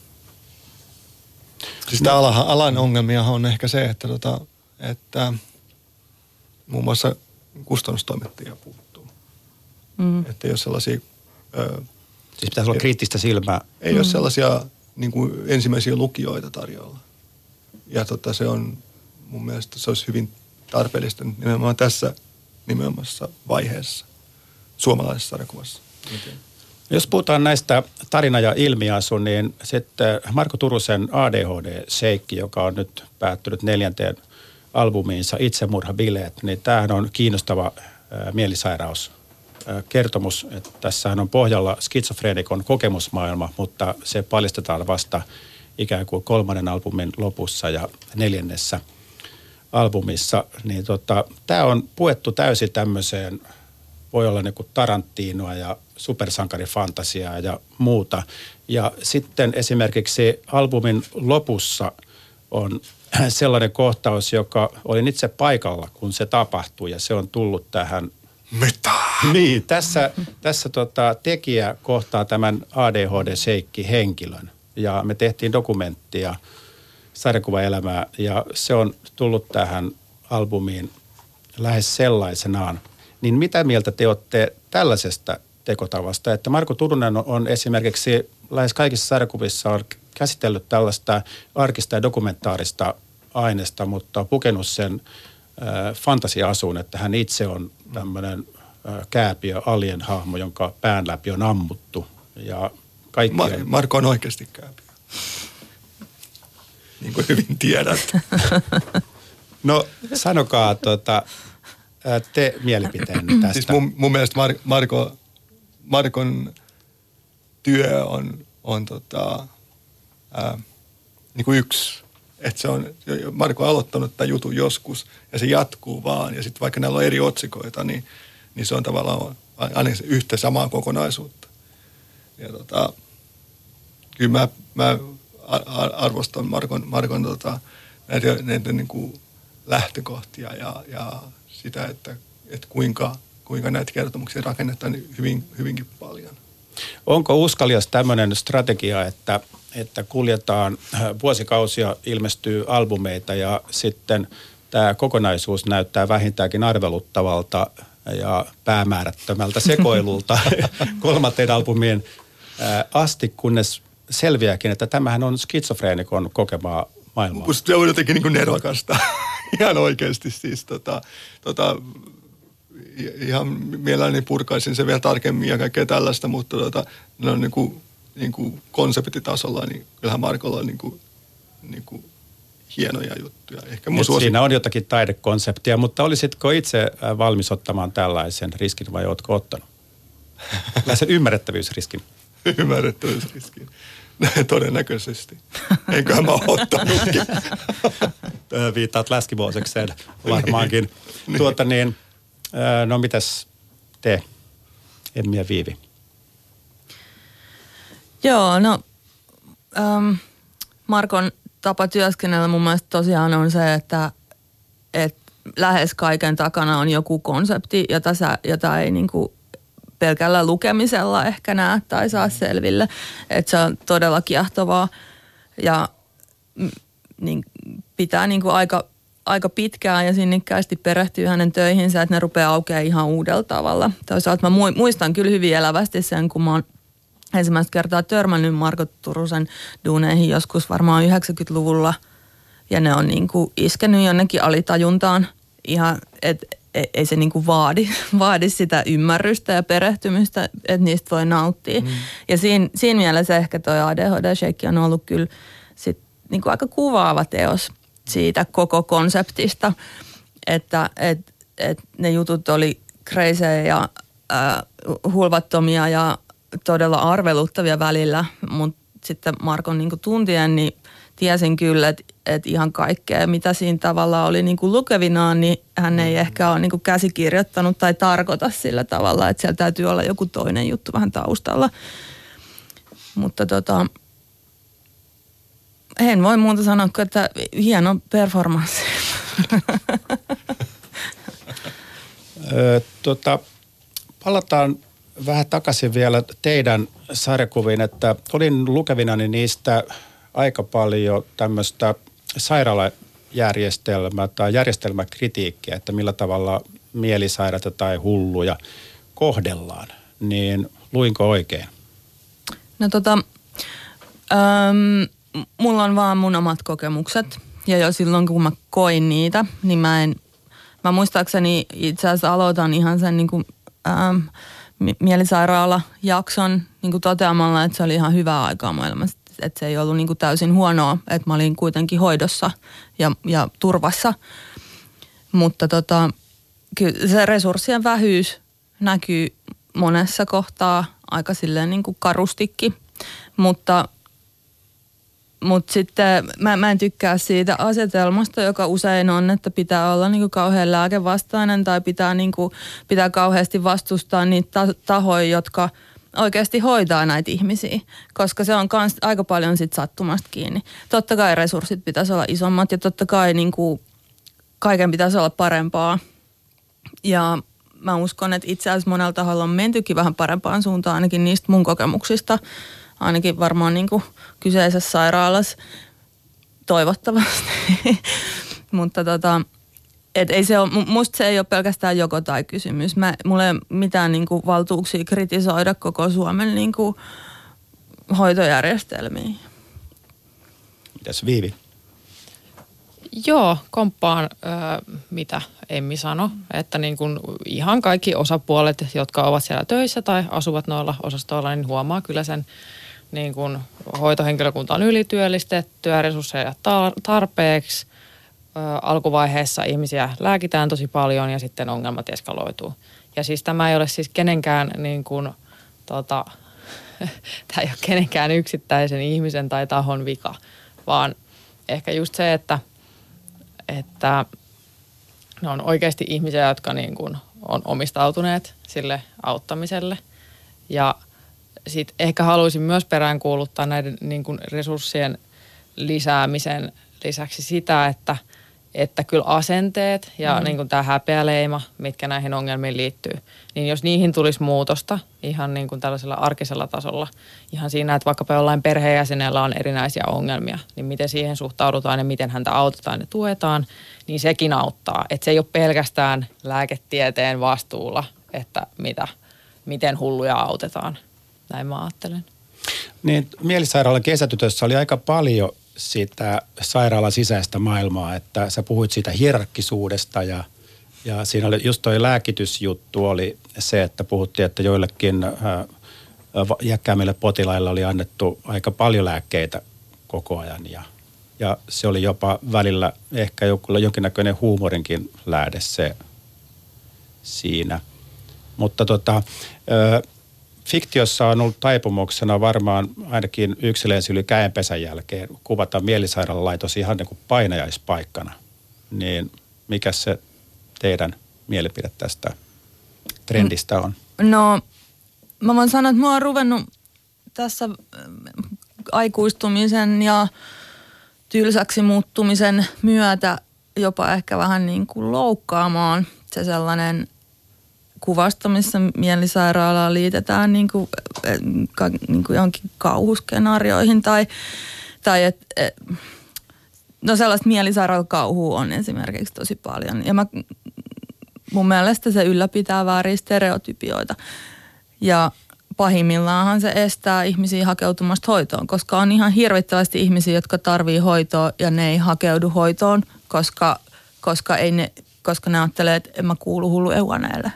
[SPEAKER 2] siis tämä alan, alan ongelmiahan on ehkä se, että, tota, että muun muassa kustannustoimittajia puuttuu. Mm. Että ei ole sellaisia... Ö,
[SPEAKER 1] siis pitäisi olla kriittistä silmää.
[SPEAKER 2] Ei mm. ole sellaisia niin kuin ensimmäisiä lukijoita tarjolla. Ja tota, se on mun mielestä se olisi hyvin tarpeellista nimenomaan tässä nimenomaisessa vaiheessa suomalaisessa sarjakuvassa.
[SPEAKER 1] Jos puhutaan näistä tarina- ja ilmiasu, niin sitten Marko Turusen A D H D-seikki, joka on nyt päättynyt neljänteen albumiinsa Itsemurhabileet, niin tämähän on kiinnostava ää, mielisairaus. Kertomus, että tässähän on pohjalla skitsofreenikon kokemusmaailma, mutta se paljastetaan vasta ikään kuin kolmannen albumin lopussa ja neljännessä albumissa. Niin tota, tämä on puettu täysin tämmöiseen, voi olla niin kuin Tarantinoa ja supersankarifantasiaa ja muuta. Ja sitten esimerkiksi albumin lopussa on sellainen kohtaus, joka olin itse paikalla, kun se tapahtui ja se on tullut tähän.
[SPEAKER 2] Mitä?
[SPEAKER 1] Niin, tässä, tässä tota, tekijä kohtaa tämän A D H D-seikki-henkilön. Ja me tehtiin dokumenttia sarjakuvaelämää ja se on tullut tähän albumiin lähes sellaisenaan. Niin mitä mieltä te olette tällaisesta tekotavasta? Että Marko Turunen on esimerkiksi lähes kaikissa sarjakuvissa on käsitellyt tällaista arkista ja dokumentaarista aineesta, mutta on pukenut sen äh, fantasia-asuun, että hän itse on tämmöinen äh, kääpiö alien-hahmo, jonka pään läpi on ammuttu. Ja kaikkia...
[SPEAKER 2] Ma- Marko on oikeasti kääpiö. Niin kuin hyvin tiedät.
[SPEAKER 1] No sanokaa tuota, te mielipiteenne tästä.
[SPEAKER 2] Siis mun, mun mielestä Mar- Marko, Markon työ on, on tota, ää, niin kuin yksi. Että se on, Marko on aloittanut tämän jutun joskus ja se jatkuu vaan. Ja sitten vaikka näillä on eri otsikoita, niin, niin se on tavallaan aina yhtä samaa kokonaisuutta. Ja tota, kyllä mä, mä arvostan Markon, Markon tota, näitä, näitä niin kuin lähtökohtia ja, ja sitä, että, että kuinka, kuinka näitä kertomuksia rakennetaan niin hyvin, hyvinkin paljon.
[SPEAKER 1] Onko uskalias tämmöinen strategia, että, että kuljetaan vuosikausia, ilmestyy albumeita ja sitten tämä kokonaisuus näyttää vähintäänkin arveluttavalta ja päämäärättömältä sekoilulta kolmanteen albumien asti, kunnes selviääkin, että tämähän on skitsofreenikon kokemaa maailmaa.
[SPEAKER 2] Musta se on jotenkin niin kuin nerokasta. Ihan oikeasti siis tota, tota, ihan mielelläni purkaisin se vielä tarkemmin ja kaikkea tällaista, mutta tota, ne on niin kuin, niin kuin konseptitasolla, niin kyllähän Markolla on niin kuin, niin kuin hienoja juttuja. Ehkä mun suosi...
[SPEAKER 1] Siinä on jotakin taidekonseptia, mutta olisitko itse valmis ottamaan tällaisen riskin vai ootko ottanut? Tällaisen ymmärrettävyysriskin.
[SPEAKER 2] Ymmärrettävyysriskin. Todennäköisesti. Enköhän mä ole ottanutkin.
[SPEAKER 1] Viittaat Läskimoosekseen varmaankin. Niin. Tuota niin, no mitäs te, Emmi ja Viivi?
[SPEAKER 3] Joo, no ähm, Markon tapa työskennellä mun mielestä tosiaan on se, että, että lähes kaiken takana on joku konsepti, jota, sä, jota ei niinku pelkällä lukemisella ehkä näe tai saa selville. Että se on todella kiehtovaa ja niin, pitää niinku aika, aika pitkään ja sinnikkäästi perehtyä hänen töihinsä, että ne rupeaa aukeamaan ihan uudella tavalla. Toisaalta mä muistan kyllä hyvin elävästi sen, kun mä oon ensimmäistä kertaa törmännyt Margot Turusen duuneihin joskus varmaan yhdeksänkymmentäluvulla ja ne on niinku iskenyt jonnekin alitajuntaan ihan, että ei se niinku vaadi, vaadi sitä ymmärrystä ja perehtymystä, että niistä voi nauttia. Mm. Ja siinä, siinä mielessä ehkä toi A D H D-shake on ollut kyllä sit niinku aika kuvaava teos siitä koko konseptista, että et, et ne jutut oli crazyja ja äh, hulvattomia ja todella arveluttavia välillä, mutta sitten Markon niinku tuntien, niin tiesin kyllä, että et ihan kaikkea, mitä siinä tavalla oli niinku lukevinaan, niin hän ei ehkä ole niinku käsikirjoittanut tai tarkoita sillä tavalla, että siellä täytyy olla joku toinen juttu vähän taustalla. Mutta tota, en voi muuta sanoa, että hieno performanssi.
[SPEAKER 1] Ö, tota, palataan vähän takaisin vielä teidän sarjakuviin, että olin lukevinani niistä aika paljon tämmöistä sairaalajärjestelmää tai järjestelmäkritiikkiä, että millä tavalla mielisairaita tai hulluja kohdellaan. Niin luinko oikein?
[SPEAKER 3] No tota, äm, mulla on vaan mun omat kokemukset ja jo silloin kun mä koin niitä, niin mä en, mä muistaakseni itse asiassa aloitan ihan sen niin kuin, äm, mielisairaala-jakson niin kuin toteamalla, että se oli ihan hyvää aikaa mun elämässä. Että se ei ollut niin kuin täysin huonoa, että mä olin kuitenkin hoidossa ja, ja turvassa. Mutta tota, kyllä se resurssien vähyys näkyy monessa kohtaa aika silleen niin kuin karustikin. Mutta, mutta sitten mä, mä en tykkää siitä asetelmasta, joka usein on, että pitää olla niin kuin kauhean lääkevastainen tai pitää, niin kuin, pitää kauheasti vastustaa niitä tahoja, jotka oikeasti hoitaa näitä ihmisiä, koska se on myös aika paljon sit sattumasta kiinni. Totta kai resurssit pitäisi olla isommat ja totta kai niin kuin kaiken pitäisi olla parempaa. Ja mä uskon, että itse asiassa monella taholla on mentykin vähän parempaan suuntaan ainakin niistä mun kokemuksista. Ainakin varmaan niin kuin kyseisessä sairaalassa toivottavasti. Mutta tota, et ei se ole, musta se ei ole pelkästään joko tai kysymys. Mä, mulla ei ole mitään niin kuin valtuuksia kritisoida koko Suomen niin kuin hoitojärjestelmiä.
[SPEAKER 1] Mitäs Viivi?
[SPEAKER 4] Joo, komppaan äh, mitä Emmi sanoi, että niin kuin ihan kaikki osapuolet, jotka ovat siellä töissä tai asuvat noilla osastoilla, niin huomaa kyllä sen, niin kuin hoitohenkilökunta on ylityöllistettyä, resursseja tarpeeksi. Ä, alkuvaiheessa ihmisiä lääkitään tosi paljon ja sitten ongelmat eskaloituu. Ja siis tämä ei ole siis kenenkään niin kuin, tota, tämä ei ole kenenkään yksittäisen ihmisen tai tahon vika, vaan ehkä just se, että että ne on oikeasti ihmisiä, jotka niin kuin on omistautuneet sille auttamiselle. Ja sitten ehkä haluaisin myös peräänkuuluttaa näiden niin kuin resurssien lisäämisen lisäksi sitä, että, että kyllä asenteet ja mm. niin kuin tämä häpeäleima, mitkä näihin ongelmiin liittyy, niin jos niihin tulisi muutosta ihan niin kuin tällaisella arkisella tasolla, ihan siinä, että vaikkapa jollain perheenjäsenellä on erinäisiä ongelmia, niin miten siihen suhtaudutaan ja miten häntä autetaan ja tuetaan, niin sekin auttaa. Että se ei ole pelkästään lääketieteen vastuulla, että mitä, miten hulluja autetaan. Näin mä ajattelen.
[SPEAKER 1] Niin, mielisairaalan kesätytössä oli aika paljon sitä sairaalan sisäistä maailmaa, että sä puhuit siitä hierarkkisuudesta ja, ja siinä oli just toi lääkitysjuttu oli se, että puhuttiin, että joillekin ää, iäkkäämmille potilailla oli annettu aika paljon lääkkeitä koko ajan ja, ja se oli jopa välillä ehkä jonkinnäköinen huumorinkin lähde se siinä. Mutta tota, ää, fiktiossa on ollut taipumuksena varmaan ainakin yksilönsä yli käenpesän jälkeen kuvata mielisairaalalaitos ihan niin kuin painajaispaikkana. Niin mikä se teidän mielipide tästä trendistä on?
[SPEAKER 3] No, mä voin sanoa, että mä oon ruvennut tässä aikuistumisen ja tylsäksi muuttumisen myötä jopa ehkä vähän niin kuin loukkaamaan. Se sellainen kuvasto, missä mielisairaalaa liitetään niin kuin, niin kuin johonkin kauhuskenaarioihin tai, tai et, et, no sellaista mielisairaalakauhua on esimerkiksi tosi paljon. Ja mä, mun mielestä se ylläpitää vääriä stereotypioita. Ja pahimmillaanhan se estää ihmisiä hakeutumasta hoitoon, koska on ihan hirvittävästi ihmisiä, jotka tarvii hoitoa ja ne ei hakeudu hoitoon, koska, koska, ei ne, koska ne ajattelee, että en mä kuulu hullu euaneelle.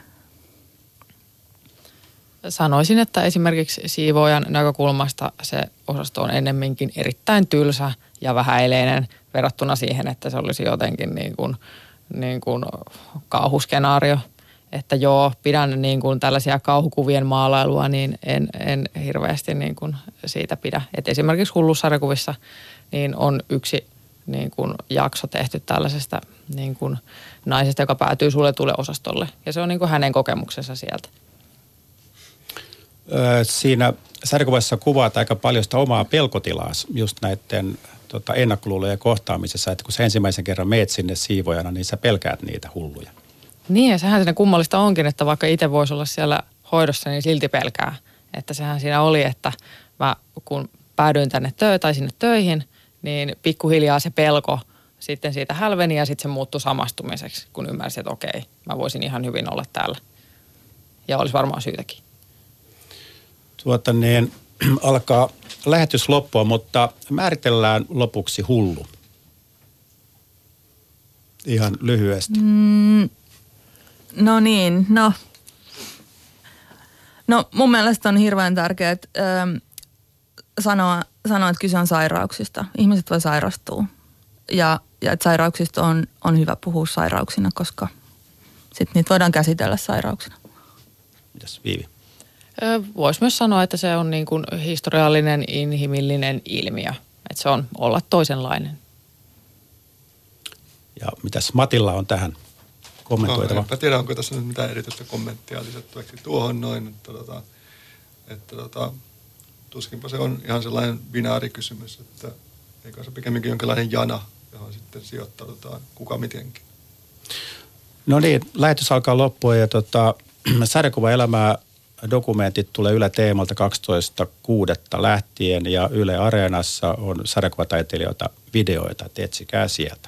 [SPEAKER 4] Sanoisin, että esimerkiksi siivoojan näkökulmasta se osasto on ennemminkin erittäin tylsä ja vähäileinen verrattuna siihen, että se olisi jotenkin niin kuin, niin kuin kauhuskenaario. Että joo, pidän niin kuin tällaisia kauhukuvien maalailua, niin en, en hirveästi niin kuin siitä pidä. Et esimerkiksi Hullussarjakuvissa niin on yksi niin kuin jakso tehty tällaisesta niin kuin naisesta, joka päätyy suljetulle osastolle. Ja se on niin kuin hänen kokemuksensa sieltä.
[SPEAKER 1] Siinä sarjakuvassa kuvaat aika paljon sitä omaa pelkotilaa just näiden tota, ennakkoluulojen kohtaamisessa, että kun sä ensimmäisen kerran meet sinne siivoojana, niin sä pelkäät niitä hulluja.
[SPEAKER 4] Niin ja sehän siinä kummallista onkin, että vaikka itse voisi olla siellä hoidossa, niin silti pelkää. Että sehän siinä oli, että mä kun päädyin tänne tö- tai sinne töihin, niin pikkuhiljaa se pelko sitten siitä hälveni ja sitten se muuttui samastumiseksi, kun ymmärsin, että okei, mä voisin ihan hyvin olla täällä. Ja olisi varmaan syytäkin.
[SPEAKER 1] Tuota niin, alkaa lähetys loppua, mutta määritellään lopuksi hullu. Ihan lyhyesti.
[SPEAKER 3] Mm, no niin, no. No mun mielestä on hirveän tärkeää ähm, sanoa, sanoa, että kyse on sairauksista. Ihmiset voi sairastua. Ja, ja että sairauksista on, on hyvä puhua sairauksina, koska sitten niitä voidaan käsitellä sairauksina.
[SPEAKER 1] Mitäs Viivi?
[SPEAKER 4] Voisi myös sanoa, että se on niin kuin historiallinen, inhimillinen ilmiö. Että se on olla toisenlainen.
[SPEAKER 1] Ja mitäs Matilla on tähän kommentoitava?
[SPEAKER 2] No, enpä tiedä, onko tässä nyt mitään erityistä kommenttia lisättäväksi tuohon noin. Että, tota, että tota, tuskinpa se on ihan sellainen binaarikysymys, että eikö se pikemminkin jonkinlainen jana, johon sitten sijoittaudutaan kuka mitenkin.
[SPEAKER 1] No niin, lähetys alkaa loppua ja tota, sarjakuvaelämää dokumentit tulee Yle Teemalta kahdestoista kuudetta lähtien ja Yle Areenassa on sarjakuvataiteilijoita videoita, että etsikää sieltä.